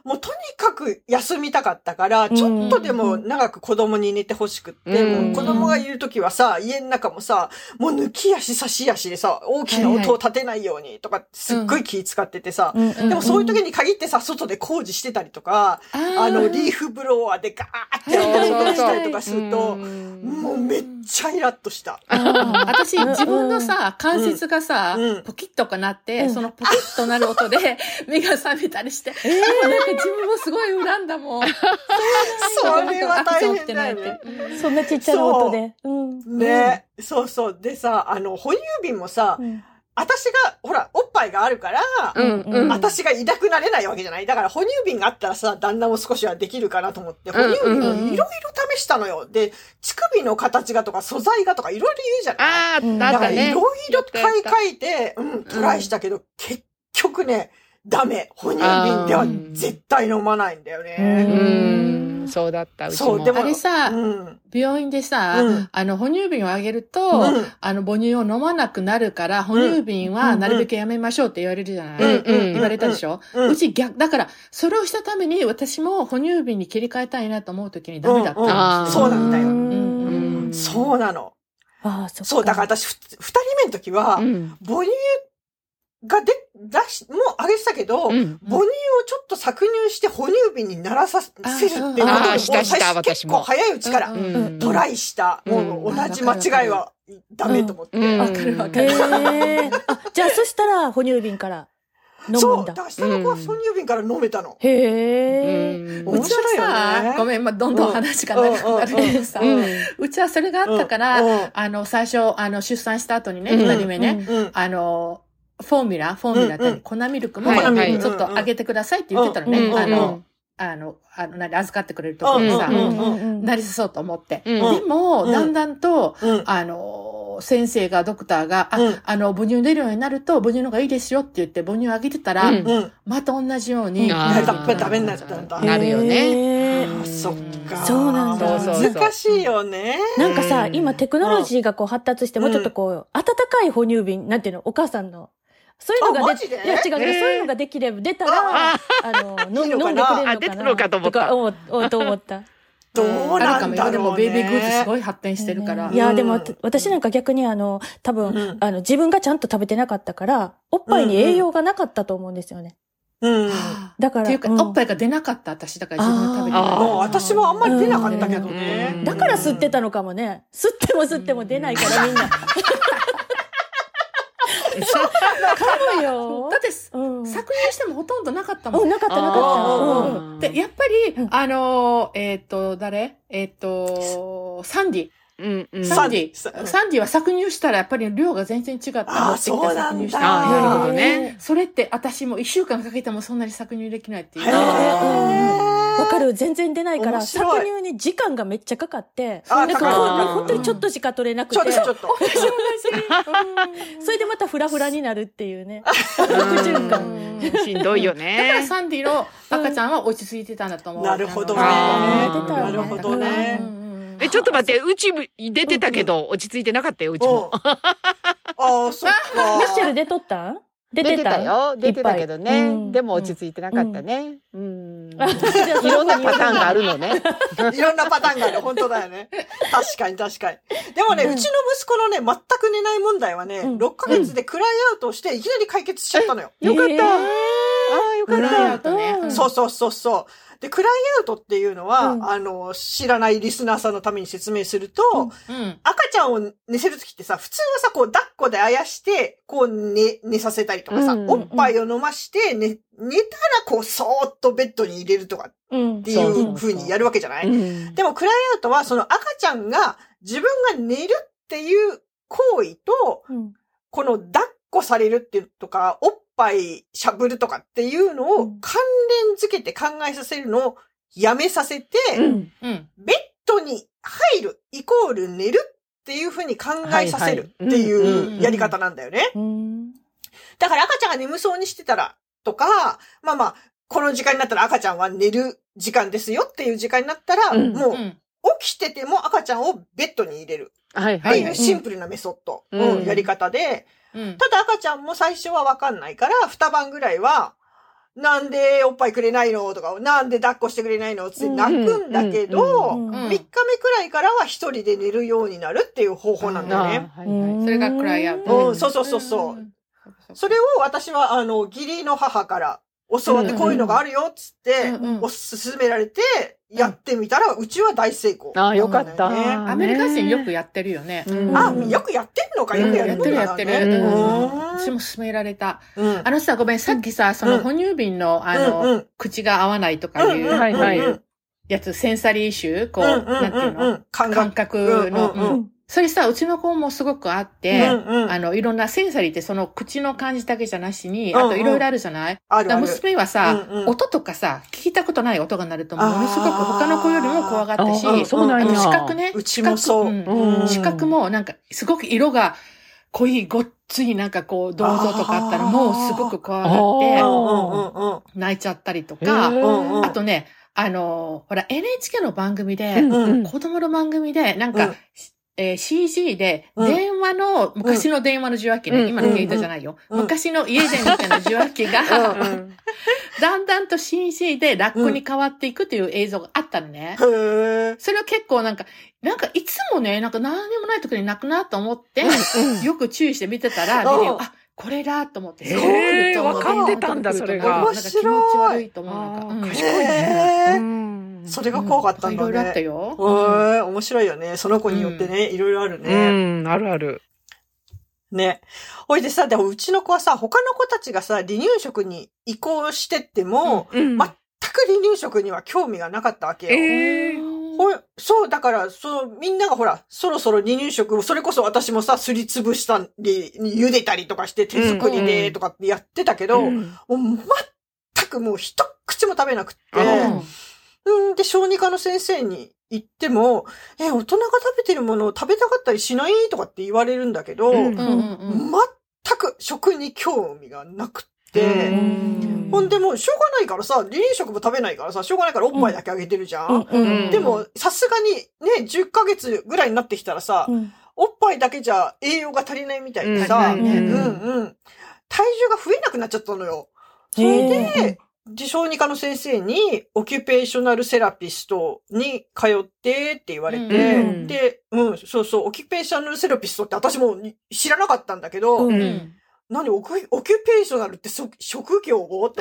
もうとにかく休みたかったから、ちょっとでも長く子供に寝てほしくって、もう子供がいるときはさ、家の中もさ、もう抜き足差し足でさ、大きな音を立てないようにとか、すっごい気使っててさ、でもそういう時に限ってさ、外で工事してたりとか、リーフブロワーでガーってやって外したりとかすると、もうめっちゃイラッとした。 私、自分のさ、関節がさ、ポキッとかなって、そのポキッとなる音で目が覚めたりして、なんか自分もすごい恨んだもん。 それは大変だよね。 そんなちっちゃな音で。 ね。そうそう。でさ、哺乳瓶もさ、私が、ほら、おっぱいがあるから、私が抱くなれないわけじゃない。だから哺乳瓶があったらさ、旦那も少しはできるかなと思って、哺乳瓶をいろいろ試したのよ。で、乳首の形がとか素材がとかいろいろ言うじゃない。だからいろいろ買い替えて、トライしたけど、結局ね、ダメ。哺乳瓶では絶対飲まないんだよね。 そうだった、うちも。 そう、でもあれさ、病院でさ、哺乳瓶をあげると、母乳を飲まなくなるから、哺乳瓶はなるべくやめましょうって言われるじゃない。言われたでしょ。うち逆、だから、それをしたために私も哺乳瓶に切り替えたいなと思うときにダメだった。 そうなんだよ。そうなの。そう、だから私、二人目の時は、母乳がもうあげてたけど、母乳をちょっと搾乳して哺乳瓶にならさせるっていうことを結構早いうちからトライした。もう同じ間違いはダメと思って。 わかるわかる。 じゃあそしたら哺乳瓶から飲むんだ。 そう、だから下の子は哺乳瓶から飲めたの。 へー。うちはさ、ごめん、どんどん話が長くなるけどさ、うちはそれがあったから、最初、出産した後にね、二人目ね、フォーミュラって粉ミルクもちょっとあげてくださいって言ってたのね。預かってくれるところにさ、なりさそうと思って。でも、だんだんと、先生が、ドクターが、母乳出るようになると、母乳の方がいいですよって言って、母乳あげてたら、また同じように。 ダメになったんだ。 なるよね。 そっか。 そうなんだ。 難しいよね。 なんかさ、今テクノロジーがこう発達して、もうちょっとこう、温かい哺乳瓶、なんていうの、お母さんの。そういうのがそういうのができれば、出たら、飲んでくれるのかな。 出たのかと思った。 と思った。 どうなんだろうね。 でもベイビーグッズすごい発展してるから。 いや、でも私なんか逆に多分、自分がちゃんと食べてなかったから、おっぱいに栄養がなかったと思うんですよね。だから。 っていうか、おっぱいが出なかった、私。だから自分が食べてなかった。 私もあんまり出なかったけどね。 だから吸ってたのかもね。吸っても出ないからみんな。かもよ。 だって、搾乳してもほとんどなかったもん。 なかった。 で、やっぱり、誰サンディ。サンディは搾乳したらやっぱり量が全然違った。 そうなんだ。 なるほどね。それって私も1週間かけてもそんなに搾乳できないっていう。 わかる。全然それで搾乳に時間がめっちゃかかって、なんか本当にちょっとしか取れなくて。 ちょっと。 それでまたフラフラになるっていうね。悪循環。 しんどいよね。 だからサンディの赤ちゃんは落ち着いてたんだと思う。 なるほどね。なるほどね。 ちょっと待って、うち出てたけど、落ち着いてなかったよ、うちも。 そっか。 ミッシェル出とったん？ 出てたよ。出てたけどね。でも落ち着いてなかったね。いろんなパターンがあるのね。 いろんなパターンがある。本当だよね。確かに。でもね、うちの息子のね、全く寝ない問題はね、6ヶ月でクライアウトをしていきなり解決しちゃったのよ。 よかった。よかった。クライアウトね。 そう。で、クライアウトっていうのは、知らないリスナーさんのために説明すると、赤ちゃんを寝せるときってさ、普通はさ、こう、抱っこであやして、こう、寝させたりとかさ、おっぱいを飲まして、寝たら、こう、そーっとベッドに入れるとか、っていう風にやるわけじゃない？でも、クライアウトは、その赤ちゃんが自分が寝るっていう行為と、この抱っこされるっていうとか、おっぱいしゃぶるとかっていうのを関連づけて考えさせるのをやめさせて、ベッドに入るイコール寝るっていうふうに考えさせるっていうやり方なんだよね。だから赤ちゃんが眠そうにしてたらとか、この時間になったら赤ちゃんは寝る時間ですよっていう時間になったら、もう起きてても赤ちゃんをベッドに入れるっていうシンプルなメソッドのやり方で、ただ赤ちゃんも最初はわかんないから、2晩ぐらいはなんでおっぱいくれないのとか、なんで抱っこしてくれないのって泣くんだけど、3日目くらいからは一人で寝るようになるっていう方法なんだよね。 それがクライアウト。 そう。それを私は、義理の母から教わってこういうのがあるよっつって、おすすめられて、やってみたら、うちは大成功。 ああ、よかった。 アメリカ人よくやってるよね。 あ、よくやってんのか、よくやるのか。 やってる。私も勧められた。さ、ごめん、さっきさ、その哺乳瓶の、口が合わないとかいうやつ、センサリーイシュー、こう、なんていうの感覚の。それさ、うちの子もすごくあって、いろんなセンサリーってその口の感じだけじゃなしに、あといろいろあるじゃない？娘はさ、音とかさ、聞いたことない音が鳴るとものすごく他の子よりも怖がったし、視覚ね。 うちもそう。 視覚もなんかすごく色が濃いごっついなんかこう銅像とかあったらもうすごく怖がって、泣いちゃったりとか、あとね、ほら NHK の番組で、子供の番組でなんか、CG で、電話の、昔の電話の受話器ね、今の携帯じゃないよ。昔の家電みたいな受話器が、だんだんと CG でラッコに変わっていくっていう映像があったのね。それは結構なんかいつもね、なんか何にもない時に泣くなと思って、よく注意して見てたら、ビデオ、これだと思って。 わかってたんだ、それが。 なんか気持ち悪いと思う。なんか賢いね。 それが怖かったんだね。 いろいろあったよ。 面白いよね。その子によってね、いろいろあるね。 あるある。 ね。ほいでさ、でもうちの子はさ、他の子たちがさ、離乳食に移行してっても、全く離乳食には興味がなかったわけよ。そう、だから、みんながほら、そろそろ離乳食を、それこそ私もさ、すりつぶしたり、茹でたりとかして、手作りでとかってやってたけど、もう全くもう一口も食べなくって、で、小児科の先生に言っても、大人が食べてるものを食べたかったりしないとかって言われるんだけど、全く食に興味がなくって、ほんでもうしょうがないからさ、離乳食も食べないからさ、しょうがないからおっぱいだけあげてるじゃん。でも、さすがにね、10ヶ月ぐらいになってきたらさ、おっぱいだけじゃ栄養が足りないみたいでさ、体重が増えなくなっちゃったのよ。それで、小児科の先生に、オキュペーショナルセラピストに通ってって言われて、で、そうそう、オキュペーショナルセラピストって私も知らなかったんだけど、何オキュペーショナルって職業と思って、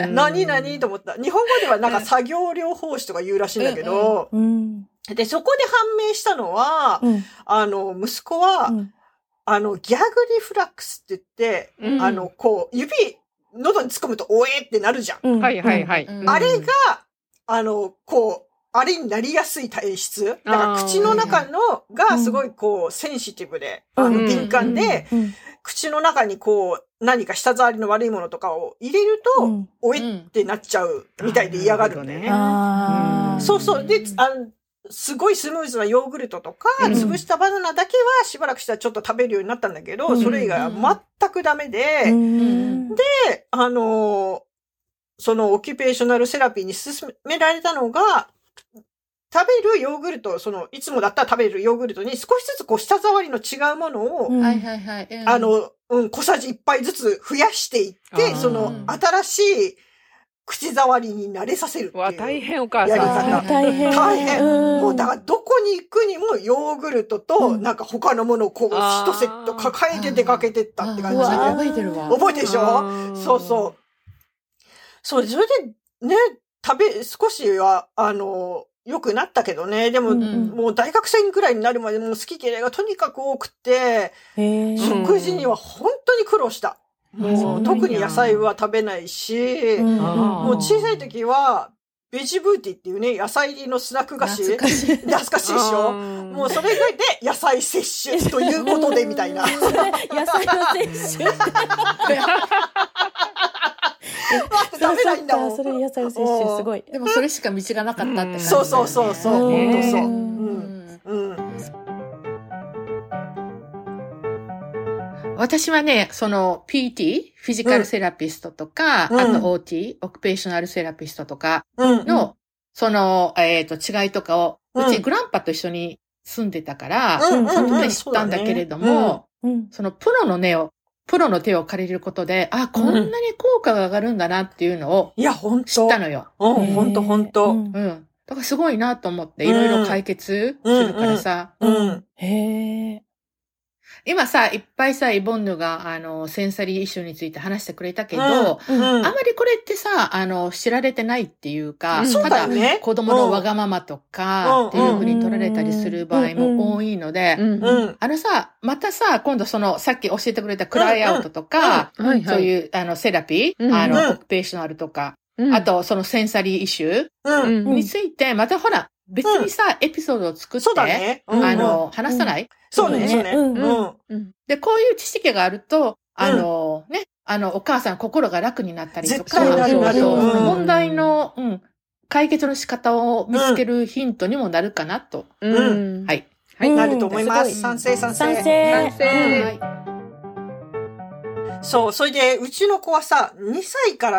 何と思った。日本語ではなんか作業療法士とか言うらしいんだけど、で、そこで判明したのは、息子は、ギャグリフラックスって言って、こう、喉に突っ込むと、おえってなるじゃん。 はい。あれが、こう、あれになりやすい体質。だから口の中がすごいこう、センシティブで、敏感で、口の中にこう、何か舌触りの悪いものとかを入れると、おえってなっちゃうみたいで嫌がるんだよね。そう。で、すごいスムーズなヨーグルトとか、潰したバナナだけはしばらくしたらちょっと食べるようになったんだけど、それ以外は全くダメで、で、そのオキュペーショナルセラピーに勧められたのが、食べるヨーグルト、いつもだったら食べるヨーグルトに少しずつこう舌触りの違うものを、小さじ1杯ずつ増やしていって、新しい口触りに慣れさせるっていう。 大変お母さん。 大変。もうだからどこに行くにもヨーグルトとなんか他のものをこう一セット抱えて出かけてったって感じで。 覚えてるわ。 覚えてるでしょ？そう。それでね、少しは、良くなったけどね。でも、もう大学生くらいになるまでもう好き嫌いがとにかく多くて、食事には本当に苦労した。もう特に野菜は食べないし、もう小さい時は、ベジブーティーっていうね、野菜入りのスナック菓子。懐かしいでしょ？もうそれで野菜摂取ということでみたいな。 野菜の摂取ダメなんだもん。 それ野菜の摂取すごい。 でもそれしか道がなかったって感じ、 そう。本当そう。 私はね、その PT、フィジカルセラピストとか、あと OT、オキュペーショナルセラピストとかの、その、違いとかを、うちグランパと一緒に住んでたから、その時に知ったんだけれども、そのプロのね、 プロの手を借りることで、あ、こんなに効果が上がるんだなっていうのを、 いや、ほんと。 知ったのよ。 ほんと。 うん。だからすごいなと思って、いろいろ解決するからさ。 へー。 今さ、いっぱいさ、イボンヌが、センサリーイシューについて話してくれたけど、あまりこれってさ、知られてないっていうか、ただ、子供のわがままとか、っていう風に取られたりする場合も多いので、さ、またさ、今度さっき教えてくれたクライアウトとか、そういう、セラピー、オクペーショナルとか、あと、そのセンサリーイシューについて、またほら、別にさ、エピソードを作って、話さない？ そうね。 で、こういう知識があると、お母さん心が楽になったりとか、問題の、解決の仕方を見つけるヒントにもなるかなと。はい。 なると思います。賛成。そう、それで、うちの子はさ、2歳から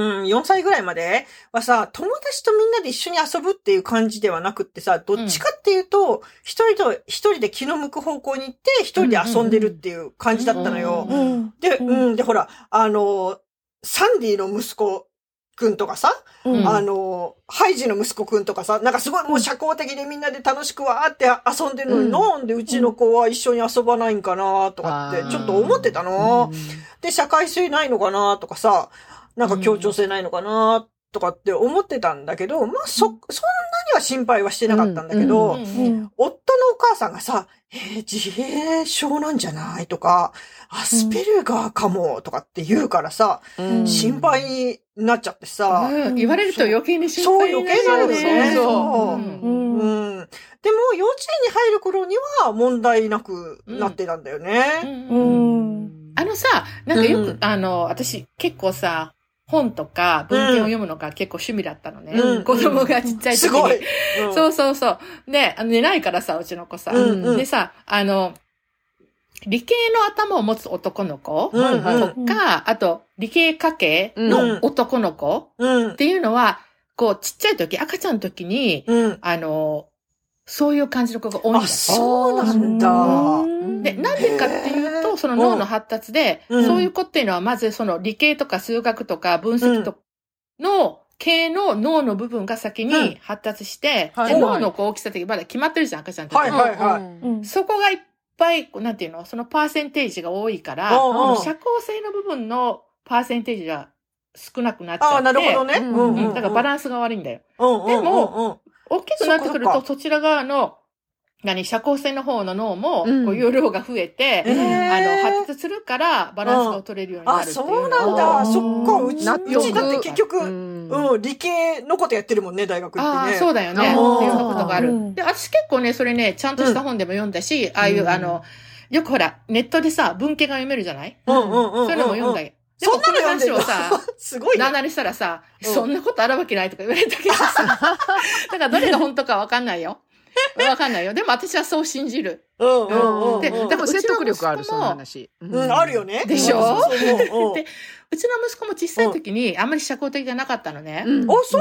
4歳ぐらいまではさ、友達とみんなで一緒に遊ぶっていう感じではなくってさ、どっちかっていうと、一人で気の向く方向に行って、一人で遊んでるっていう感じだったのよ。で、ほら、サンディの息子くんとかさ、ハイジの息子くんとかさ、なんかすごいもう社交的でみんなで楽しくわーって遊んでるのに、なんでうちの子は一緒に遊ばないんかなとかって、ちょっと思ってたの。で、社会性ないのかなとかさ、なんか協調性ないのかなとかって思ってたんだけど、まあ、そんなには心配はしてなかったんだけど、夫のお母さんがさ、自閉症なんじゃないとか、アスペルガーかもとかって言うからさ、心配になっちゃってさ。 言われると余計に心配になる。 そう、余計になるよね。でも、幼稚園に入る頃には問題なくなってたんだよね。 さ、なんかよく、私結構さ、本とか文献を読むのが結構趣味だったのね。子供がちっちゃい時に。すごい。そう。で、寝ないからさ、うちの子さ。でさ、理系の頭を持つ男の子とか、あと理系家系の男の子っていうのは、こう、ちっちゃい時、赤ちゃんの時に、そういう感じの子が多いんだ。 そうなんだ。 で、なんでかっていうと、その脳の発達で、そういう子っていうのは、まずその理系とか数学とか分析との系の脳の部分が先に発達して、で脳の大きさってまだ決まってるじゃん、赤ちゃんって。そこがいっぱい、なんていうの、そのパーセンテージが多いから、社交性の部分のパーセンテージが少なくなっちゃって。 なるほどね。 だからバランスが悪いんだよ。でも、大きくなってくると、そちら側の、社交性の方の脳も、こう、容量が増えて、発達するから、バランスが取れるようになるっていう。 そうなんだ。そっか。うちだって結局、理系のことやってるもんね、大学行ってね。 そうだよね。っていうようなことがある。で、私結構ね、それね、ちゃんとした本でも読んだし、ああいう、よくほら、ネットでさ、文献が読めるじゃない？そういうのも読んだよ。でもこの話をさ、 すごい。 旦那にしたらさ、そんなことあるわけないとか言われたけどさ、だからどれが本当かわかんないよ。わかんないよ。でも私はそう信じる。 でも説得力ある、その話。 あるよね。 でしょ？で、うちの息子も小さい時にあんまり社交的じゃなかったのね。 そう。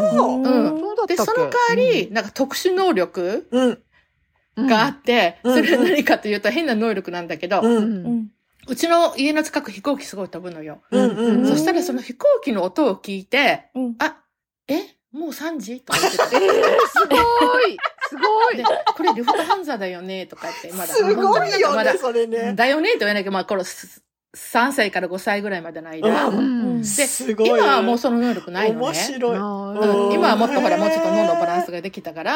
で、その代わり、なんか特殊能力があって、それは何かというと変な能力なんだけど、うちの家の近く飛行機すごい飛ぶのよ。そしたらその飛行機の音を聞いて、もう3時とか言ってて。 すごいで、これルフトハンザだよねとかって、まだ。 すごいよね、それね。 だよねと言わなきゃ、まあ、これ、3歳から5歳ぐらいまでの間。で、今はもうその能力ないのね。 面白い。 今はもっとほら、もうちょっと脳のバランスができたから、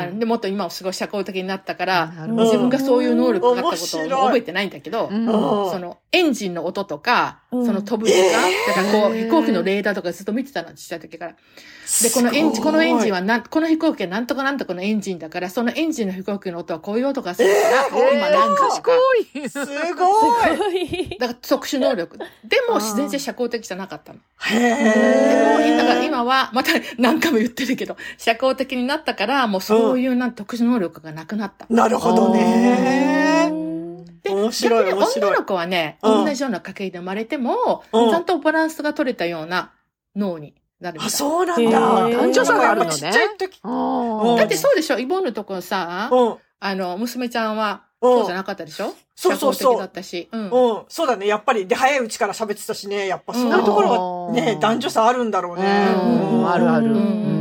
で、もっと今はすごい社交的になったから、自分がそういう能力があったことを覚えてないんだけど、その、エンジンの音とか、その飛ぶとか、だからこう、飛行機のレーダーとかずっと見てたの、小さい時から。で、このエンジンはこの飛行機はなんとかなんとかのエンジンだから、そのエンジンの飛行機の音はこういう音がするから、今なんかとか。 すごい。 だから特殊能力。でも、全然社交的じゃなかったの。 でも、だから今は、また何回も言ってるけど、社交的になったから、もうそういう特殊能力がなくなった。 なるほどね。面白い、面白い。 女の子はね、同じような家系で生まれても、ちゃんとバランスが取れたような脳になるみたい。 そうなんだ。 男女差があるのね。 ちっちゃい時。 だってそうでしょ、イボンヌとこさ、娘ちゃんは、 そうじゃなかったでしょ？ そうそうそう。 社交的だったし。 そうだね。やっぱり、で、早いうちから喋ってたしね。やっぱそういうところがね、男女差あるんだろうね。 あるある。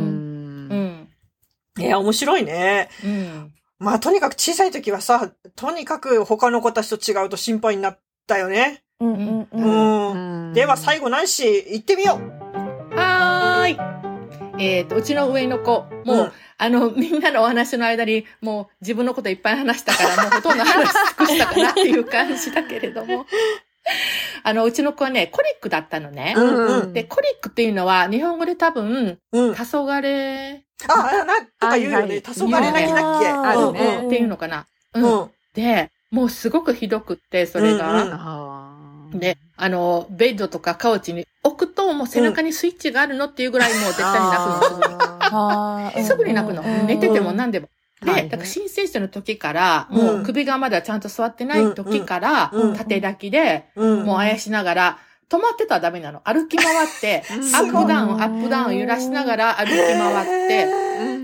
いや、面白いね。まあ、とにかく小さい時はさ、とにかく他の子たちと違うと心配になったよね。では最後ナンシー行ってみよう。 はーい。うちの上の子、もう、みんなのお話の間に、もう自分のこといっぱい話したから、もうほとんど話し尽くしたかなっていう感じだけれども。うちの子はね、コリックだったのね。で、コリックっていうのは、日本語で多分、黄昏。 なんか言うよね。黄昏泣きだっけ。 あるね。っていうのかな。で、もうすごくひどくって、それが。で、ベッドとかカウチに置くと、もう背中にスイッチがあるのっていうぐらいもう絶対に泣くの。すぐに泣くの。寝てても何でも。で、だから新生児の時から、もう首がまだちゃんと座ってない時から、縦抱きで、もうあやしながら、止まってたらダメなの。歩き回って、アップダウン揺らしながら歩き回って、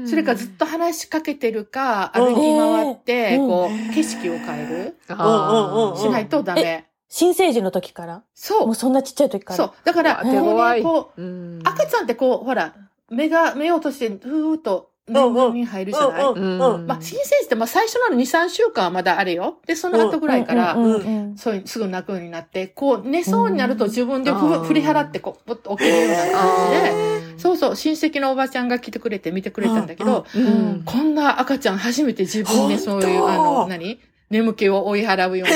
それからずっと話しかけてるか、歩き回って、こう、景色を変える。しないとダメ。 新生児の時から？ そう。 もうそんなちっちゃい時から。 そう。だから、こう、赤ちゃんってこう、ほら、目を落として、ふーっと、眠りに入るじゃない？まあ、新生児って、まあ、最初の2、3週間はまだあるよ。で、その後ぐらいから、そういう、すぐ泣くようになって、こう、寝そうになると自分で振り払って、こう、ぽっと起きるような感じで、そうそう、親戚のおばちゃんが来てくれて見てくれたんだけど、こんな赤ちゃん初めて自分でそういう、眠気を追い払うよう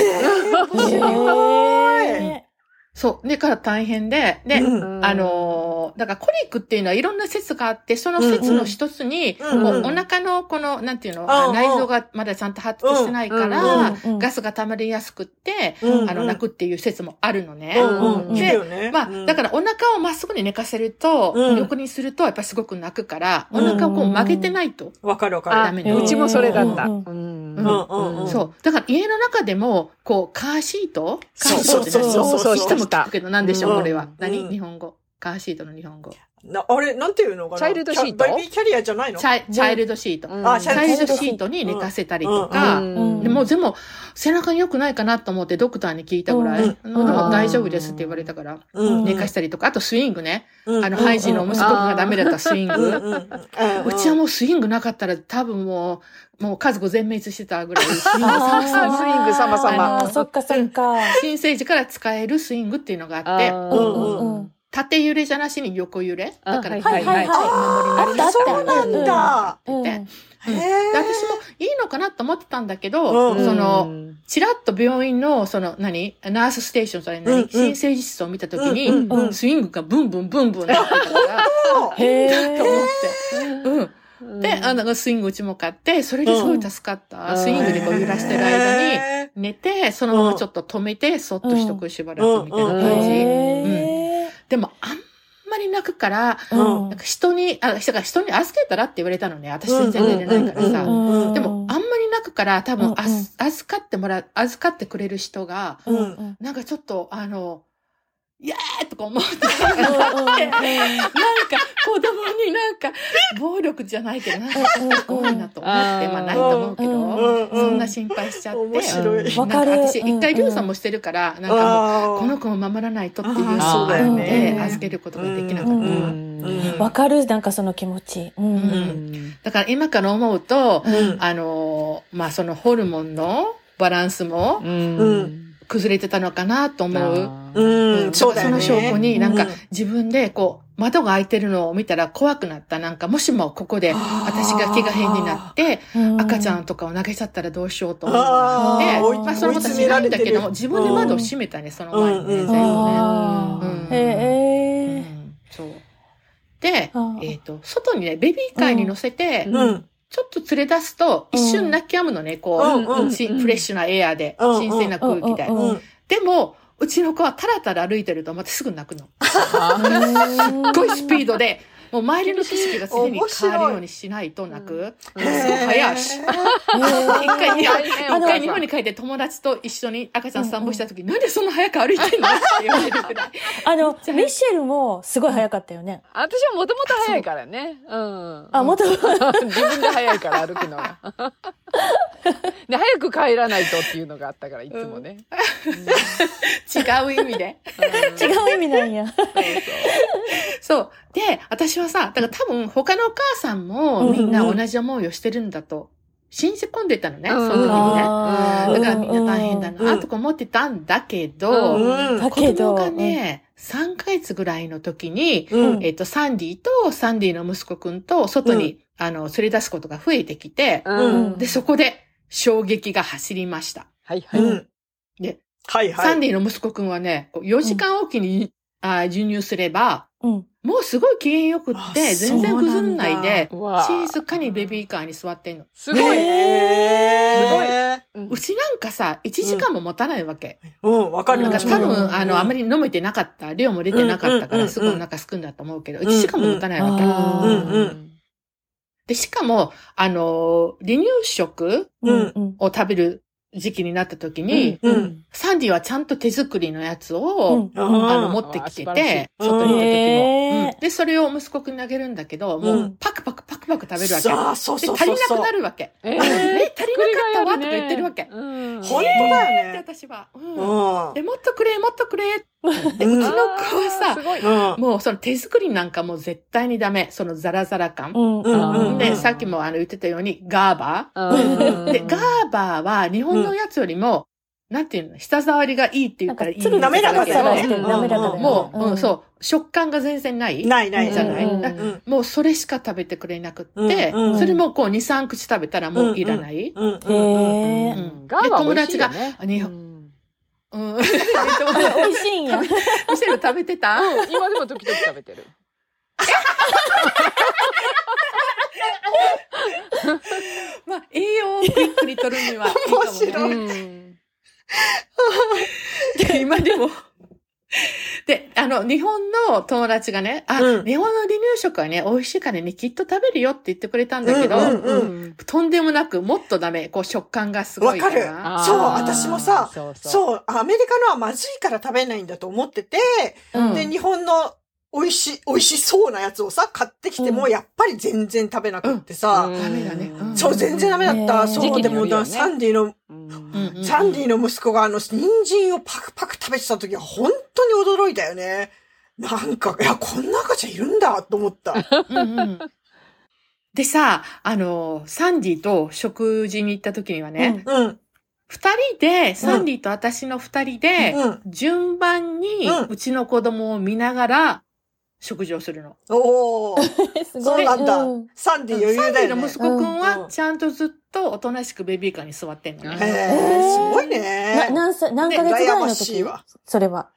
に。そう。でから大変で、で、だからコリックっていうのはいろんな説があって、その説の一つに、こうお腹のこの、なんていうの、内臓がまだちゃんと発達してないから、ガスが溜まりやすくって、泣くっていう説もあるのね。で、まあ、だからお腹をまっすぐに寝かせると、横にするとやっぱりすごく泣くから、お腹をこう曲げてないと。 わかる。ダメね。うちもそれだった。 そう。だから家の中でも、こう、カーシートそう下も聞くけど、なんでしょう、これは。日本語。カーシートの日本語。 あれ、なんていうのかな？ チャイルドシート？ ベビーキャリアじゃないの？ チャイルドシート。チャイルドシートに寝かせたりとか、でも背中に良くないかなと思ってドクターに聞いたぐらい、でも大丈夫ですって言われたから、寝かしたりとか、あとスイングね。ハイジの息子がダメだったスイング。うちはもうスイングなかったら多分もう家族全滅してたぐらい、スイング様々。 そっかそっか。 新生児から使えるスイングっていうのがあって、縦揺れじゃなしに横揺れだから、 はい。 そうなんだ。 私もいいのかなと思ってたんだけど、ちらっと病院の、ナースステーション、新生児室を見たときに、スイングがブンブンブンブンなってたから、と思って。で、スイングうちも買って、それですごい助かった。スイングでこう揺らしてる間に寝て、そのままちょっと止めて、そっとしとくしばらくみたいな感じ。でも、あんまり泣くから、なんか人に預けたらって言われたのね。私全然寝れないからさ。でも、あんまり泣くから、多分、預かってくれる人が、なんかちょっと、イエーイとか思って、なんか子供になんか暴力じゃないけど、なんかすごいなと思って、まあないと思うけど、そんな心配しちゃって。 面白い。 なんか私一回リュウさんもしてるから、なんかもうこの子を守らないとっていうそうだよね。預けることができなかった。 わかる、なんかその気持ち。 だから今から思うと、まあそのホルモンのバランスも、崩れてたのかなと思う。 そうだよね。 その証拠になんか自分でこう窓が開いてるのを見たら怖くなった。なんかもしもここで私が気が変になって赤ちゃんとかを投げちゃったらどうしようと思って、まあそのことは知らないんだけども自分で窓を閉めたね、その前にね、全部ね。そう。で、外にね、ベビーカーに乗せて、ちょっと連れ出すと、一瞬泣き止むのね、こう、フレッシュなエアで、新鮮な空気で。でも、うちの子はタラタラ歩いてるとまたすぐ泣くの。すっごいスピードで、 もう周りの景色が常に変わるようにしないとなく、すごい早いし。一回日本に帰って友達と一緒に赤ちゃん散歩した時、なんでそんな早く歩いてんのって言われるくらい。 ミシェルもすごい早かったよね。 私はもともと早いからね。うん。 もともと。 自分で早いから歩くのが。で、早く帰らないとっていうのがあったから、いつもね。 違う意味で。 違う意味なんや。 そう。で、私はさ、だから多分他のお母さんもみんな同じ思いをしてるんだと信じ込んでたのね、その時にね。だからみんな大変だなとか思ってたんだけど、子供がね、3ヶ月ぐらいの時に、サンディとサンディの息子くんと外に、連れ出すことが増えてきて、で、そこで衝撃が走りました。 はいはい。 で、サンディの息子くんはね、4時間おきに授乳すれば、もうすごい機嫌よくって、全然ぐずんないで、静かにベビーカーに座ってんの。 すごい。すごい。 うちなんかさ、1時間も持たないわけ。 わかる。 なんか多分、あまり飲めてなかった、量も出てなかったから、すぐお腹すくんだと思うけど、1時間も持たないわけ。で、しかも、離乳食を食べる時期になった時に、サンディはちゃんと手作りのやつを、持ってきてて、外に行った時も。で、それを息子くんにあげるんだけど、もう、パクパク食べるわけ。で、足りなくなるわけ。足りなかったわとか言ってるわけ。 本当だよね。 私は。で、もっとくれ。で、うちの子はさ、もうその手作りなんかもう絶対にダメ。そのザラザラ感。で、さっきも言ってたように、ガーバー。で、ガーバーは日本のやつよりも、なんていうの、舌触りがいいって言ったらいいんだけど。 滑らかさがね。 もう、そう、食感が全然ない。 ない。 じゃない。もうそれしか食べてくれなくって、それもこう2、3口食べたらもういらない。で、友達が、美味しいんや。 ミシェル食べてた？ 今でも時々食べてる。 まあ、栄養をびっくり取るには。 面白い。 今でも。で、日本の友達がね、日本の離乳食はね、美味しいからね、きっと食べるよって言ってくれたんだけど、とんでもなく、もっとダメ。こう、食感がすごいから。 わかる。そう、私もさ、そう、アメリカのはまずいから食べないんだと思ってて、で、日本の美味しそうなやつをさ、買ってきても、やっぱり全然食べなくってさ、 ダメだね。 そう、全然ダメだった。そう、でもサンディの息子が人参をパクパク食べてた時は本当に驚いたよね。なんか、いや、こんな赤ちゃんいるんだと思った。 でさ、サンディと食事に行った時にはね、二人で、サンディと私の二人で、順番にうちの子供を見ながら、食事をするの。 おー。そうなんだ。サンディ余裕だよね。 サンディの息子くんは、ちゃんとずっとおとなしくベビーカーに座ってんのね。 すごいね。 何ヶ月ぐらいの時？それは。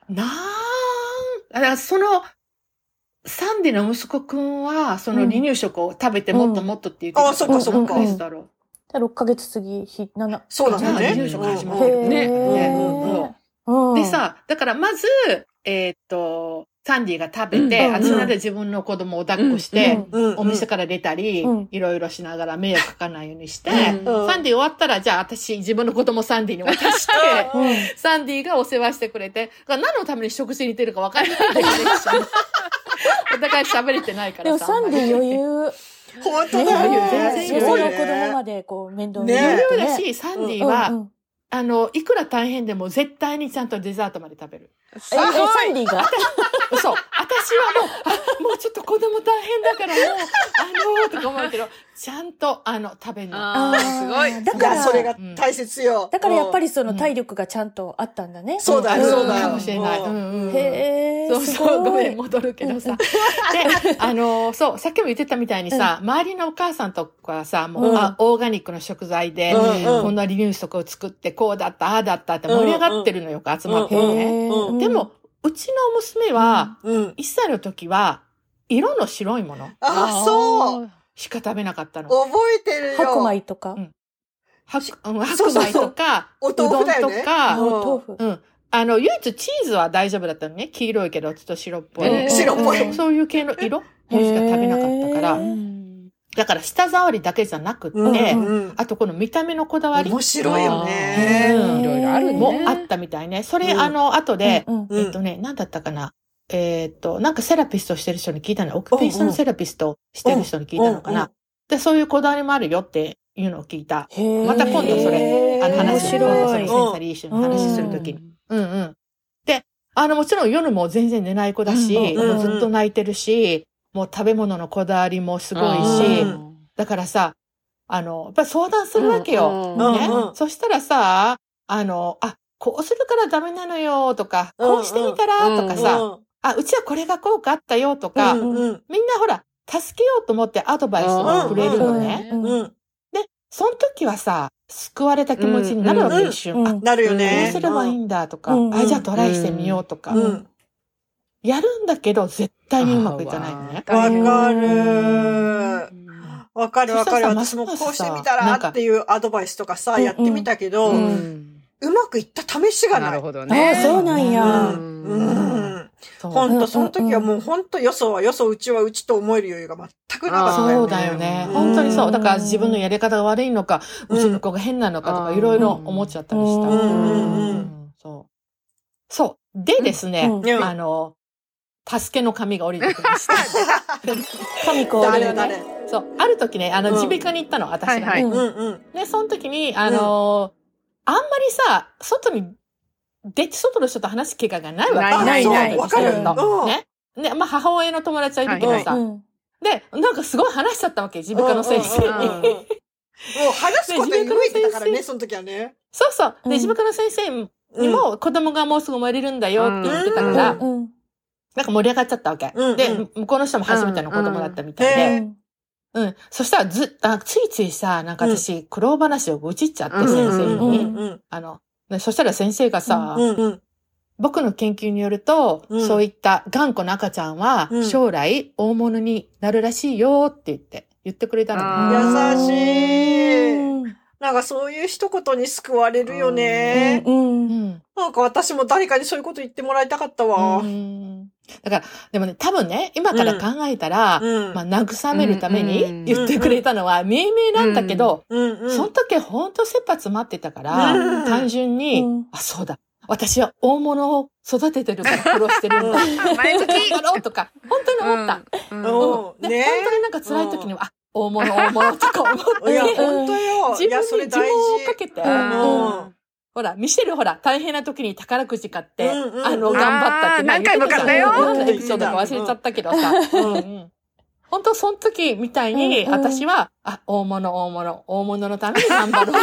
サンディの息子くんは、その離乳食を食べてもっともっとって言ってた。 そっか。 何ヶ月だろう。 6ヶ月過ぎ、 そうだね。 離乳食始まってるね。でさ、だからまず、サンディが食べて、あちらで自分の子供を抱っこして、お店から出たり、いろいろしながら迷惑かかないようにして、サンディ終わったら、じゃあ私自分の子供サンディに渡して、サンディがお世話してくれて、何のために食事に行ってるか分かんないんだよね。お互い喋れてないからさ。でもサンディ余裕。 本当だよ。 全然余裕。子供までこう面倒見る。 余裕だし、サンディは、いくら大変でも絶対にちゃんとデザートまで食べる。 サンディがそう。私はもうちょっと子供大変だからとか思うけど、ちゃんと、食べるの。 すごい。 だからそれが大切よ。 だからやっぱりその体力がちゃんとあったんだね。 そうだよ、そうだよ。 かもしれない。 へー。そう、ごめん、戻るけどさ。で、そう、さっきも言ってたみたいにさ、周りのお母さんとかはさ、もう、オーガニックの食材で、こんな離乳食を作って、こうだった、ああだったって盛り上がってるのよ、集まってね。でも、うちの娘は、1歳の時は、色の白いもの。 そうしか食べなかったの。 覚えてるよ。 白米とか。 白米とか、 お豆腐だよね。 うどんとか、 唯一チーズは大丈夫だったのね。黄色いけど、ちょっと白っぽい。 白っぽい。 そういう系の色しか食べなかったから。だから舌触りだけじゃなくって、あとこの見た目のこだわり。 面白いよね。 いろいろあるね。 もあったみたいね。それ、後で、なんだったかな。なんかセラピストしてる人に聞いたの。オキュペーションセラピストしてる人に聞いたのかな。で、そういうこだわりもあるよっていうのを聞いた。また今度それ、話す。今度そのセンサリーイシューの話するときに。で、もちろん夜も全然寝ない子だし、もうずっと泣いてるし、もう食べ物のこだわりもすごいし、だからさ、やっぱり相談するわけよ。ね。そしたらさ、こうするからダメなのよとか、こうしてみたらとかさ、うちはこれが効果あったよとか、みんなほら、助けようと思ってアドバイスをくれるのね。で、その時はさ、救われた気持ちになるわけ、一瞬。 なるよね。 こうすればいいんだとか、じゃあトライしてみようとか。やるんだけど、絶対にうまくいかないのね。 わかる。私もこうしてみたらっていうアドバイスとかさ、やってみたけど、うまくいった試しがない。 なるほどね。 そうなんや。 ほんと、その時はもうほんとよそはよそ、うちはうちと思える余裕が全くなかったよね。 そうだよね。本当にそう。だから自分のやり方が悪いのか、うちの子が変なのかとか、いろいろ思っちゃったりした。そう。でですね、助けの神が降りてきました。 神子誰そう。ある時ね、耳鼻科に行ったの、私がね。で、その時に、あんまりさ、外の人と話す機会がないわけ。 ない。 わかるんだ。 ね。ね、まあ、母親の友達はいるけどさ。で、なんかすごい話しちゃったわけ、耳鼻科の先生に。もう話すことに動いてたからね、その時はね。 そうそう。で、耳鼻科の先生にも子供がもうすぐ生まれるんだよって言ってたから、なんか盛り上がっちゃったわけ。で、向こうの人も初めての子供だったみたいで。そしたらついついさ、なんか私、苦労話を愚痴っちゃって、先生に。そしたら先生がさ、僕の研究によると、そういった頑固な赤ちゃんは、将来大物になるらしいよって言ってくれたの。 優しい。なんかそういう一言に救われるよね。なんか私も誰かにそういうこと言ってもらいたかったわ。 だから、でもね、多分ね、今から考えたら、まあ、慰めるために言ってくれたのは、命名なんだけど、その時ほんと切羽詰まってたから、単純に、そうだ。私は大物を育ててるから苦労してるんだ。 前向きだろうとか、本当に思った。本当になんか辛い時には、大物とか思って。 いや、本当よ。 自分に自分を追っかけて。ほら、ミシェル大変な時に宝くじ買って、頑張ったって。 何回も買ったよ。 エピソードが忘れちゃったけどさ。本当その時みたいに、私は、大物のために頑張ろう。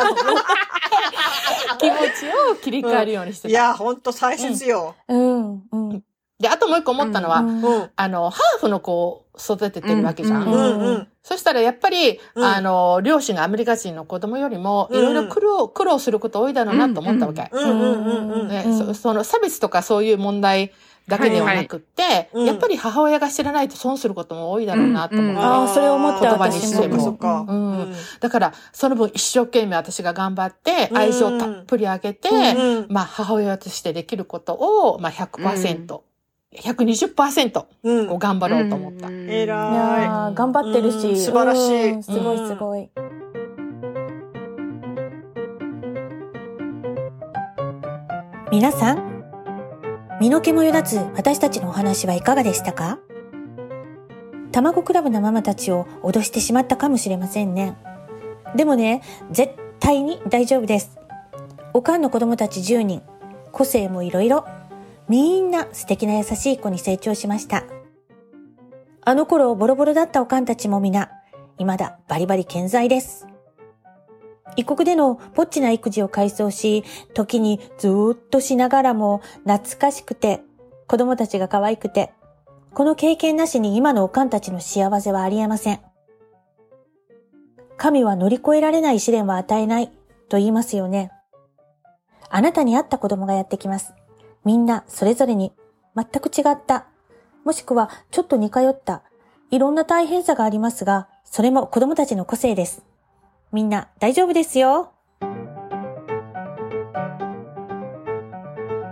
気持ちを切り替えるようにしてた。 いや、本当大切よ。 で、あともう一個思ったのは、ハーフの子を育ててるわけじゃん。そしたらやっぱり、両親がアメリカ人の子供よりも、いろいろ苦労すること多いだろうなと思ったわけ。その差別とかそういう問題だけではなくって、やっぱり母親が知らないと損することも多いだろうなと思って。 それを思って言葉にしても。 だから、その分一生懸命私が頑張って、愛情をたっぷりあげて、まあ母親としてできることを、まあ100%。120% を頑張ろうと思った。 偉い。 頑張ってるし。 素晴らしい。 すごいすごい。皆さん、身の毛もよだつ私たちのお話はいかがでしたか？卵クラブのママたちを脅してしまったかもしれませんね。でもね、絶対に大丈夫です。おかんの子供たち10人、個性もいろいろ。みんな素敵な優しい子に成長しました。あの頃ボロボロだったおかんたちも皆、未だバリバリ健在です。異国でのぽっちな育児を回想し、時にずーっとしながらも懐かしくて、子供たちが可愛くて、この経験なしに今のおかんたちの幸せはありえません。神は乗り越えられない試練は与えないと言いますよね。あなたに合った子供がやってきます。みんなそれぞれに全く違った、もしくはちょっと似通った、いろんな大変さがありますが、それも子供たちの個性です。みんな大丈夫ですよ。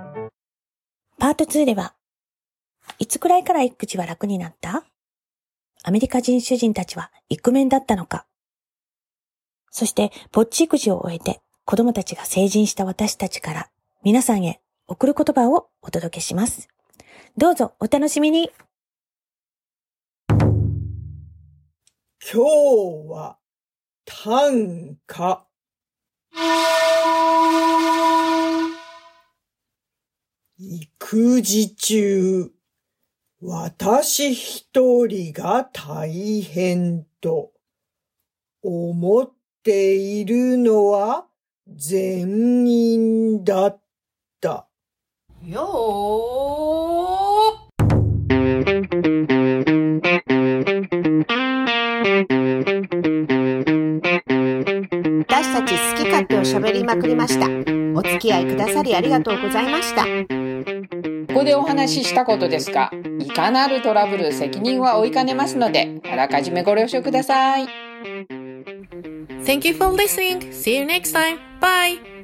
パート2では、いつくらいから育児は楽になった？アメリカ人主人たちはイクメンだったのか？そして、ぼっち育児を終えて子供たちが成人した私たちから皆さんへ送る言葉をお届けします。どうぞお楽しみに。 今日は短歌。育児中、私一人が大変と思っているのは全員だった。 よー。 私たち好き勝手を喋りまくりました。お付き合いくださりありがとうございました。 ここでお話ししたことですが、いかなるトラブル、責任は負いかねますので、あらかじめご了承ください。 Thank you for listening. See you next time. Bye.